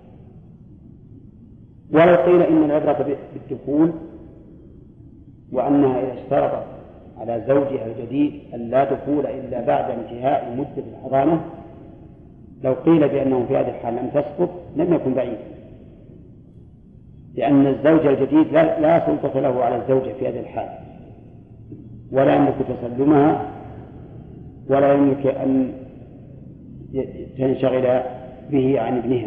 ولو قيل إن العبرة بالدخول وأنها إذا اشترطت على زوجها الجديد أن لا دخول إلا بعد انتهاء مدة الحضانة، لو قيل بأنه في هذه الحال لم تسقط لم يكن بعيدا، لأن الزوج الجديد لا, لا سلطة له على الزوجة في هذه الحال، ولا يملك تسلمها، ولا يملك أن تنشغل به عن ابنها،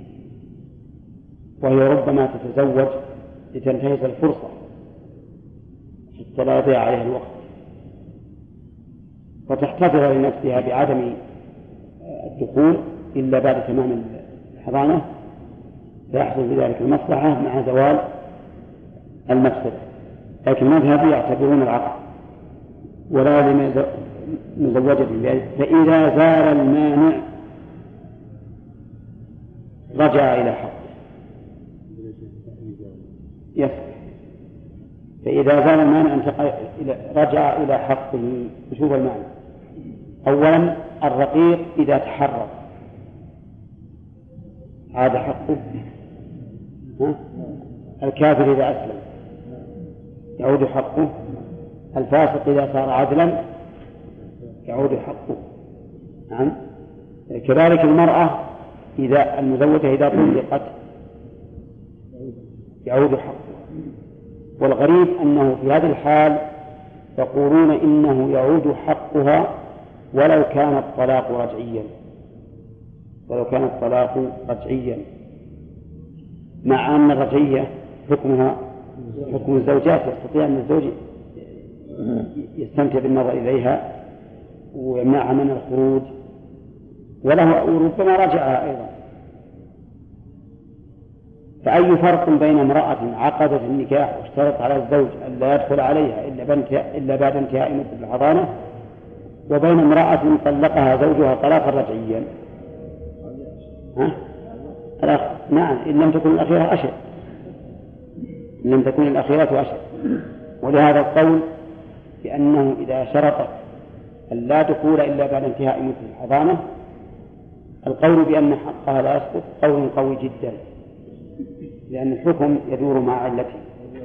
وهي ربما تتزوج لتنتهز الفرصة حتى لا يضيع عليها الوقت، وتحتفظ لنفسها بعدم الدخول إلا بعد تمام الحضانة، فيحصل بذلك المصلحة مع زوال المفسدة. لكن المذهب يعتبرون العقد ولا لمزوجة بذلك، فإذا زال المانع رجع إلى حقه يصح. فإذا زال المانع انتقل إلى رجع إلى حقه. نشوف المعنى. أولا الرقيق إذا تحرر عاد حقه. ها؟ الكافر إذا أسلم يعود حقه. الفاسق إذا صار عدلا يعود حقه. نعم. كذلك المرأة إذا المزوجة إذا طلقت يعود حقه. والغريب أنه في هذه الحال يقولون إنه يعود حقها ولو كان الطلاق رجعيا، ولو كان الطلاق رجعيا، مع أن الرجعية حكمها حكم الزوجات، يستطيع أن الزوج يستمتع بالنظر إليها ويمنعها من الخروج، وله وربما رجعها أيضا. فأي فرق بين امرأة عقدت النكاح واشترط على الزوج أن لا يدخل عليها إلا بعد انتهاء مدة الحضانة، وبين امرأة طلقها زوجها طلاقا رجعيا؟ ها؟ نعم، إن لم تكن الأخيرة أشد، إن لم تكن الأخيرة أشد. ولهذا القول بأنه إذا شرطت أن لا دخول إلا بعد انتهاء مدة الحضانة، القول بأن حقها لا يسقط قول قوي جدا، لأن الحكم يدور مع علته.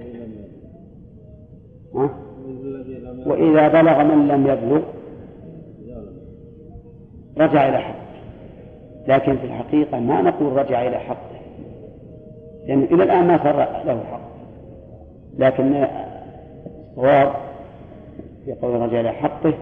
ها؟ وإذا بلغ من لم يبلغ رجع إلى حقه، لكن في الحقيقة ما نقول رجع إلى حقه، لأن إلى الآن ما صار له حق، لكن الصواب يقول رجع إلى حقه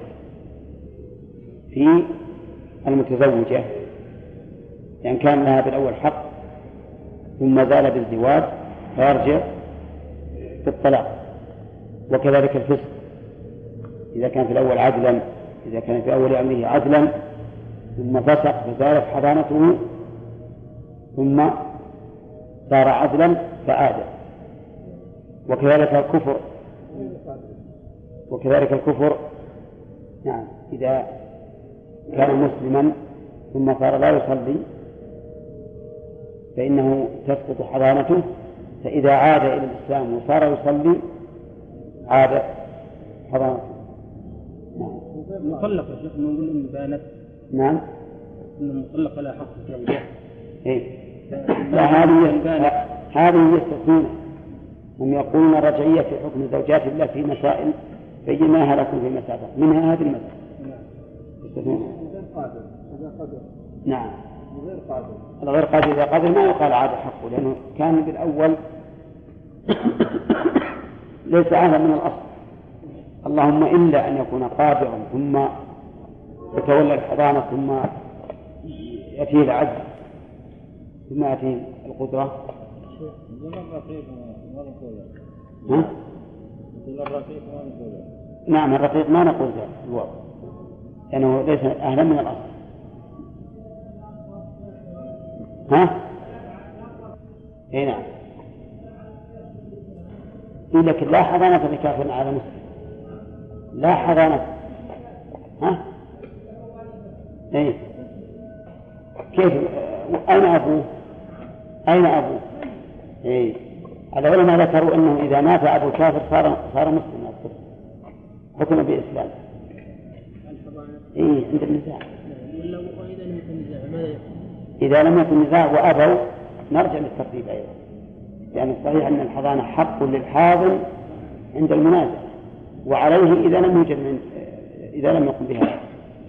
في المتزوجة، لأن كان لها بالأول حق ثم زال بالزواج فيرجع بالطلاق. وكذلك الفسق إذا كان في الأول عدلا، إذا كان في أول أمره عدلا ثم فسق فزالت حضانته ثم صار عدلا فعاد. وكذلك الكفر وكذلك الكفر نعم، إذا كان مسلما ثم صار لا يصلي فإنه تسقط حضانته، فإذا عاد إلى الإسلام وصار يصلي عاد حضانته. نعم. مطلق يا شيخ نقول إن بانت. نعم. إنه مطلق لا حق الزوجة. إيه. لا هذه هذه يستثنون، هم يقولون الرجعية في حكم زوجات الله في مسائل بيناها لكم في مسائل منها هذه المسألة. يستثنون. نعم. غير قادر. الغير قادر إذا قادر ما يقال عاد حقه، لأنه كان بالأول ليس أهلا من الأصل، اللهم إلا أن يكون قادرا ثم يتولى الحضانة ثم يأتيه العجز ثم يأتيه القدرة. ها؟ نعم الرقيق ما نقول ذلك الواقع، لأنه ليس أهلا من الأصل. ها؟ اي نعم. لكن لا حضانة لكافر على مسلم، لا حضانة. ها؟ اي كيف؟ أين أبوه؟ أين أبوه؟ اي العلماء ذكروا أنه إذا مات أبو الكافر صار صار مسلم، حكم بإسلام. اي عند النزاع. إذا لم يكن نزاع وأبوا نرجع للترتيب أيضا، يعني الصحيح أن الحضانة حق للحاضن عند المنازع، وعليه إذا لم يوجد من إذا لم يقم بها.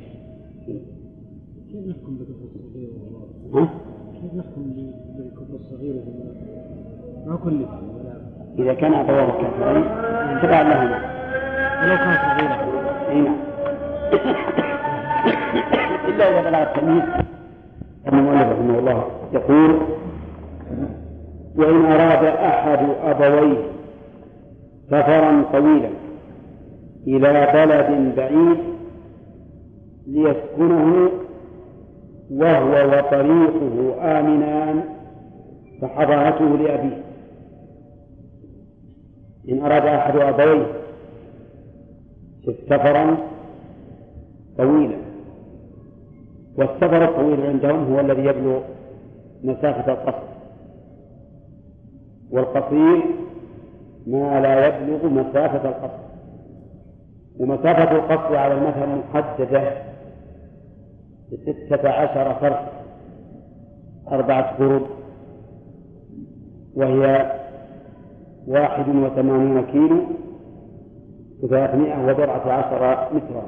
كيف نحكم بالكفر الصغير؟ ها؟ كيف نحكم بالكفر الصغير؟ ما كل إذا كان أبواه كافرين تبع لهما ولو كان صغيرا. أي نعم. إلا إذا بلغ التمييز. المؤلف رحمه الله يقول: وإن أراد أحد أبويه سفرا طويلا إلى بلد بعيد ليسكنه وهو وطريقه آمنان فحضانته لأبيه. إن أراد أحد أبويه سفرا طويلا، والسفر الطويل عندهم هو الذي يبلغ مسافة القصر، والقصير ما لا يبلغ مسافة القصر، ومسافة القصر على المثل محددة بستة عشر فرسخ أربعة قرون، وهي واحد وثمانين كيلو وثلاثمائة وبضعة عشر مترا.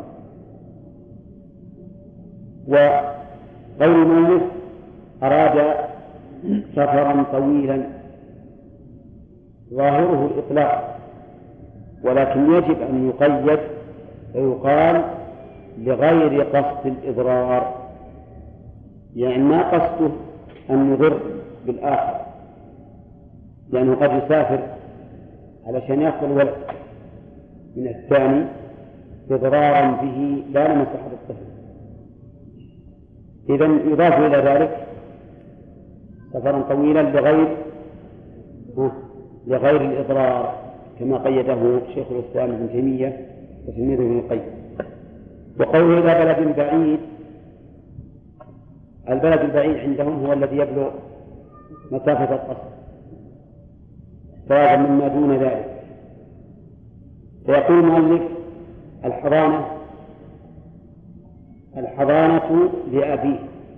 وغير المؤلف أراد سفرا طويلا ظاهره الإطلاق، ولكن يجب أن يقيد فيقال لغير قصد الإضرار، يعني ما قصده أن يضر بالآخر، لأنه قد يسافر علشان يأخذ الولد من الثاني إضرارا به لا لمصلحة الطفل. إذن يضاف إلى ذلك سفرا طويلا لغير لغير الإضرار كما قيده شيخ الإسلام ابن تيمية وتلميذه ابن القيم. وقوله إلى بلد بعيد، البلد البعيد عندهم هو الذي يبلغ مسافة القصر سواء مما دون ذلك. فيقول المؤلف الحضانة الحضانة لأبيه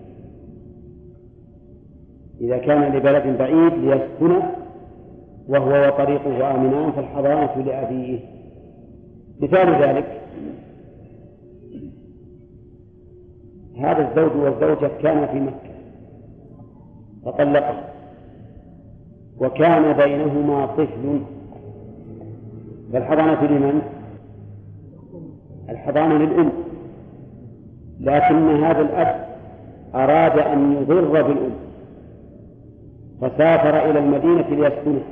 إذا كان لبلد بعيد ليسكنه وهو وطريقه آمنان فالحضانة لأبيه. مثال ذلك هذا الزوج والزوجة كان في مكة فطلقه وكان بينهما طفل، فالحضانة لمن؟ الحضانة للأم، لكن هذا الأب أراد أن يضر بالأم فسافر إلى المدينة ليسكنها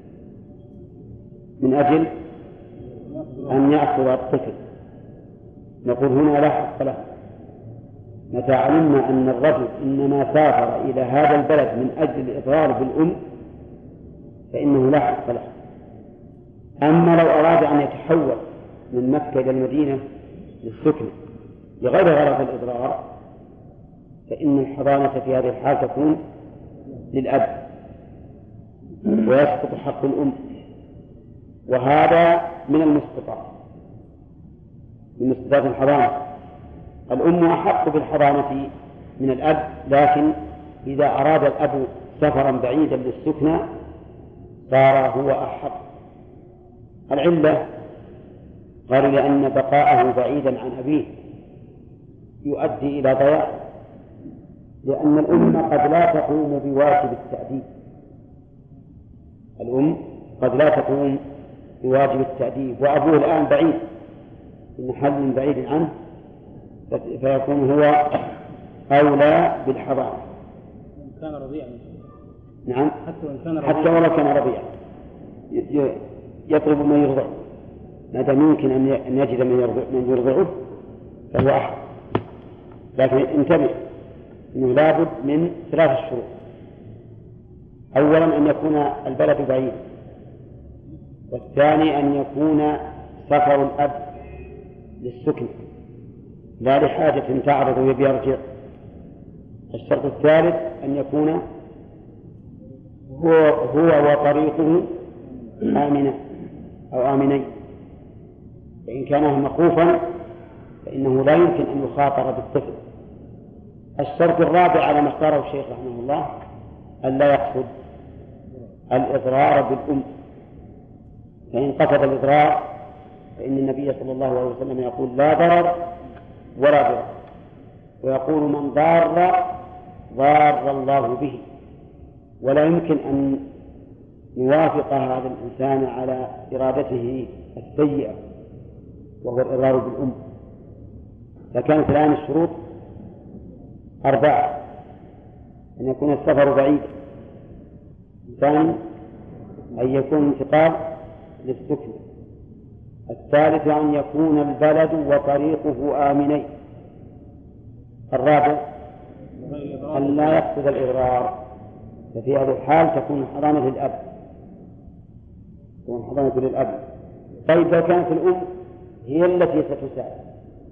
من أجل أن يأخذ الطفل. نقول هنا لا حق له متى علمنا أن الرجل إنما سافر إلى هذا البلد من أجل الإضرار بالأم فإنه لا حق له. أما لو أراد أن يتحول من مكة إلى المدينة للسكن لغير غرض الإضرار فإن الحضانة في هذه الحال تكون للأب ويسقط حق الأم، وهذا من المسقطات من مسقطات الحضانة. الأم أحق بالحضانة من الأب، لكن إذا أراد الأب سفرا بعيدا للسكنى صار هو أحق. العلة قالوا لأن بقاءه بعيدا عن أبيه يؤدي إلى ضياع، لأن الأم قد لا تقوم بواجب التأديب الأم قد لا تقوم بواجب التأديب وأبوه الآن بعيد في محل بعيد عنه فيكون هو أولى بالحضانة. كان رضيعا نعم حتى وإن كان رضيعا حتى ولو كان رضيعا يطلب من يرضع ما دام يمكن أن يجد من يرضعه فهو أحق. لكن انتبه أنه لابد من ثلاث شروط. أولا أن يكون البلد بعيد، والثاني أن يكون سفر الأب للسكن لا لحاجة تعرض ويبي يرجع. الشرط الثالث أن يكون هو, هو وطريقه آمنة أو آمنين، فإن كان مخوفا فإنه لا يمكن أن يخاطر بالطفل. الشرط الرابع على ما اختاره الشيخ رحمه الله أن لا يقصد الإضرار بالأم، فإن قصد الإضرار فإن النبي صلى الله عليه وسلم يقول لا ضرر ولا ضرر، ويقول من ضار ضار الله به، ولا يمكن أن يوافق هذا الإنسان على إرادته السيئة وهو الإضرار بالأم. فكانت الآن الشروط أربعة: أن يكون السفر بعيد، الثاني أن يكون انتقال للسكن، الثالث أن يكون البلد وطريقه آمنين، الرابع أن لا يقصد الإضرار. ففي هذه الحال تكون حضانة للأب تكون حضانة للأب. طيب لو كانت الأم هي التي ستسافر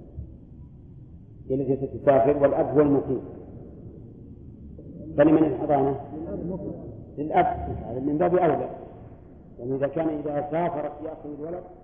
هي التي ستسافر والأب هو المقيم فلمن الحضانة؟ للأب، من باب أولى. يعني إذا كان إذا سافرت يأخذ الولد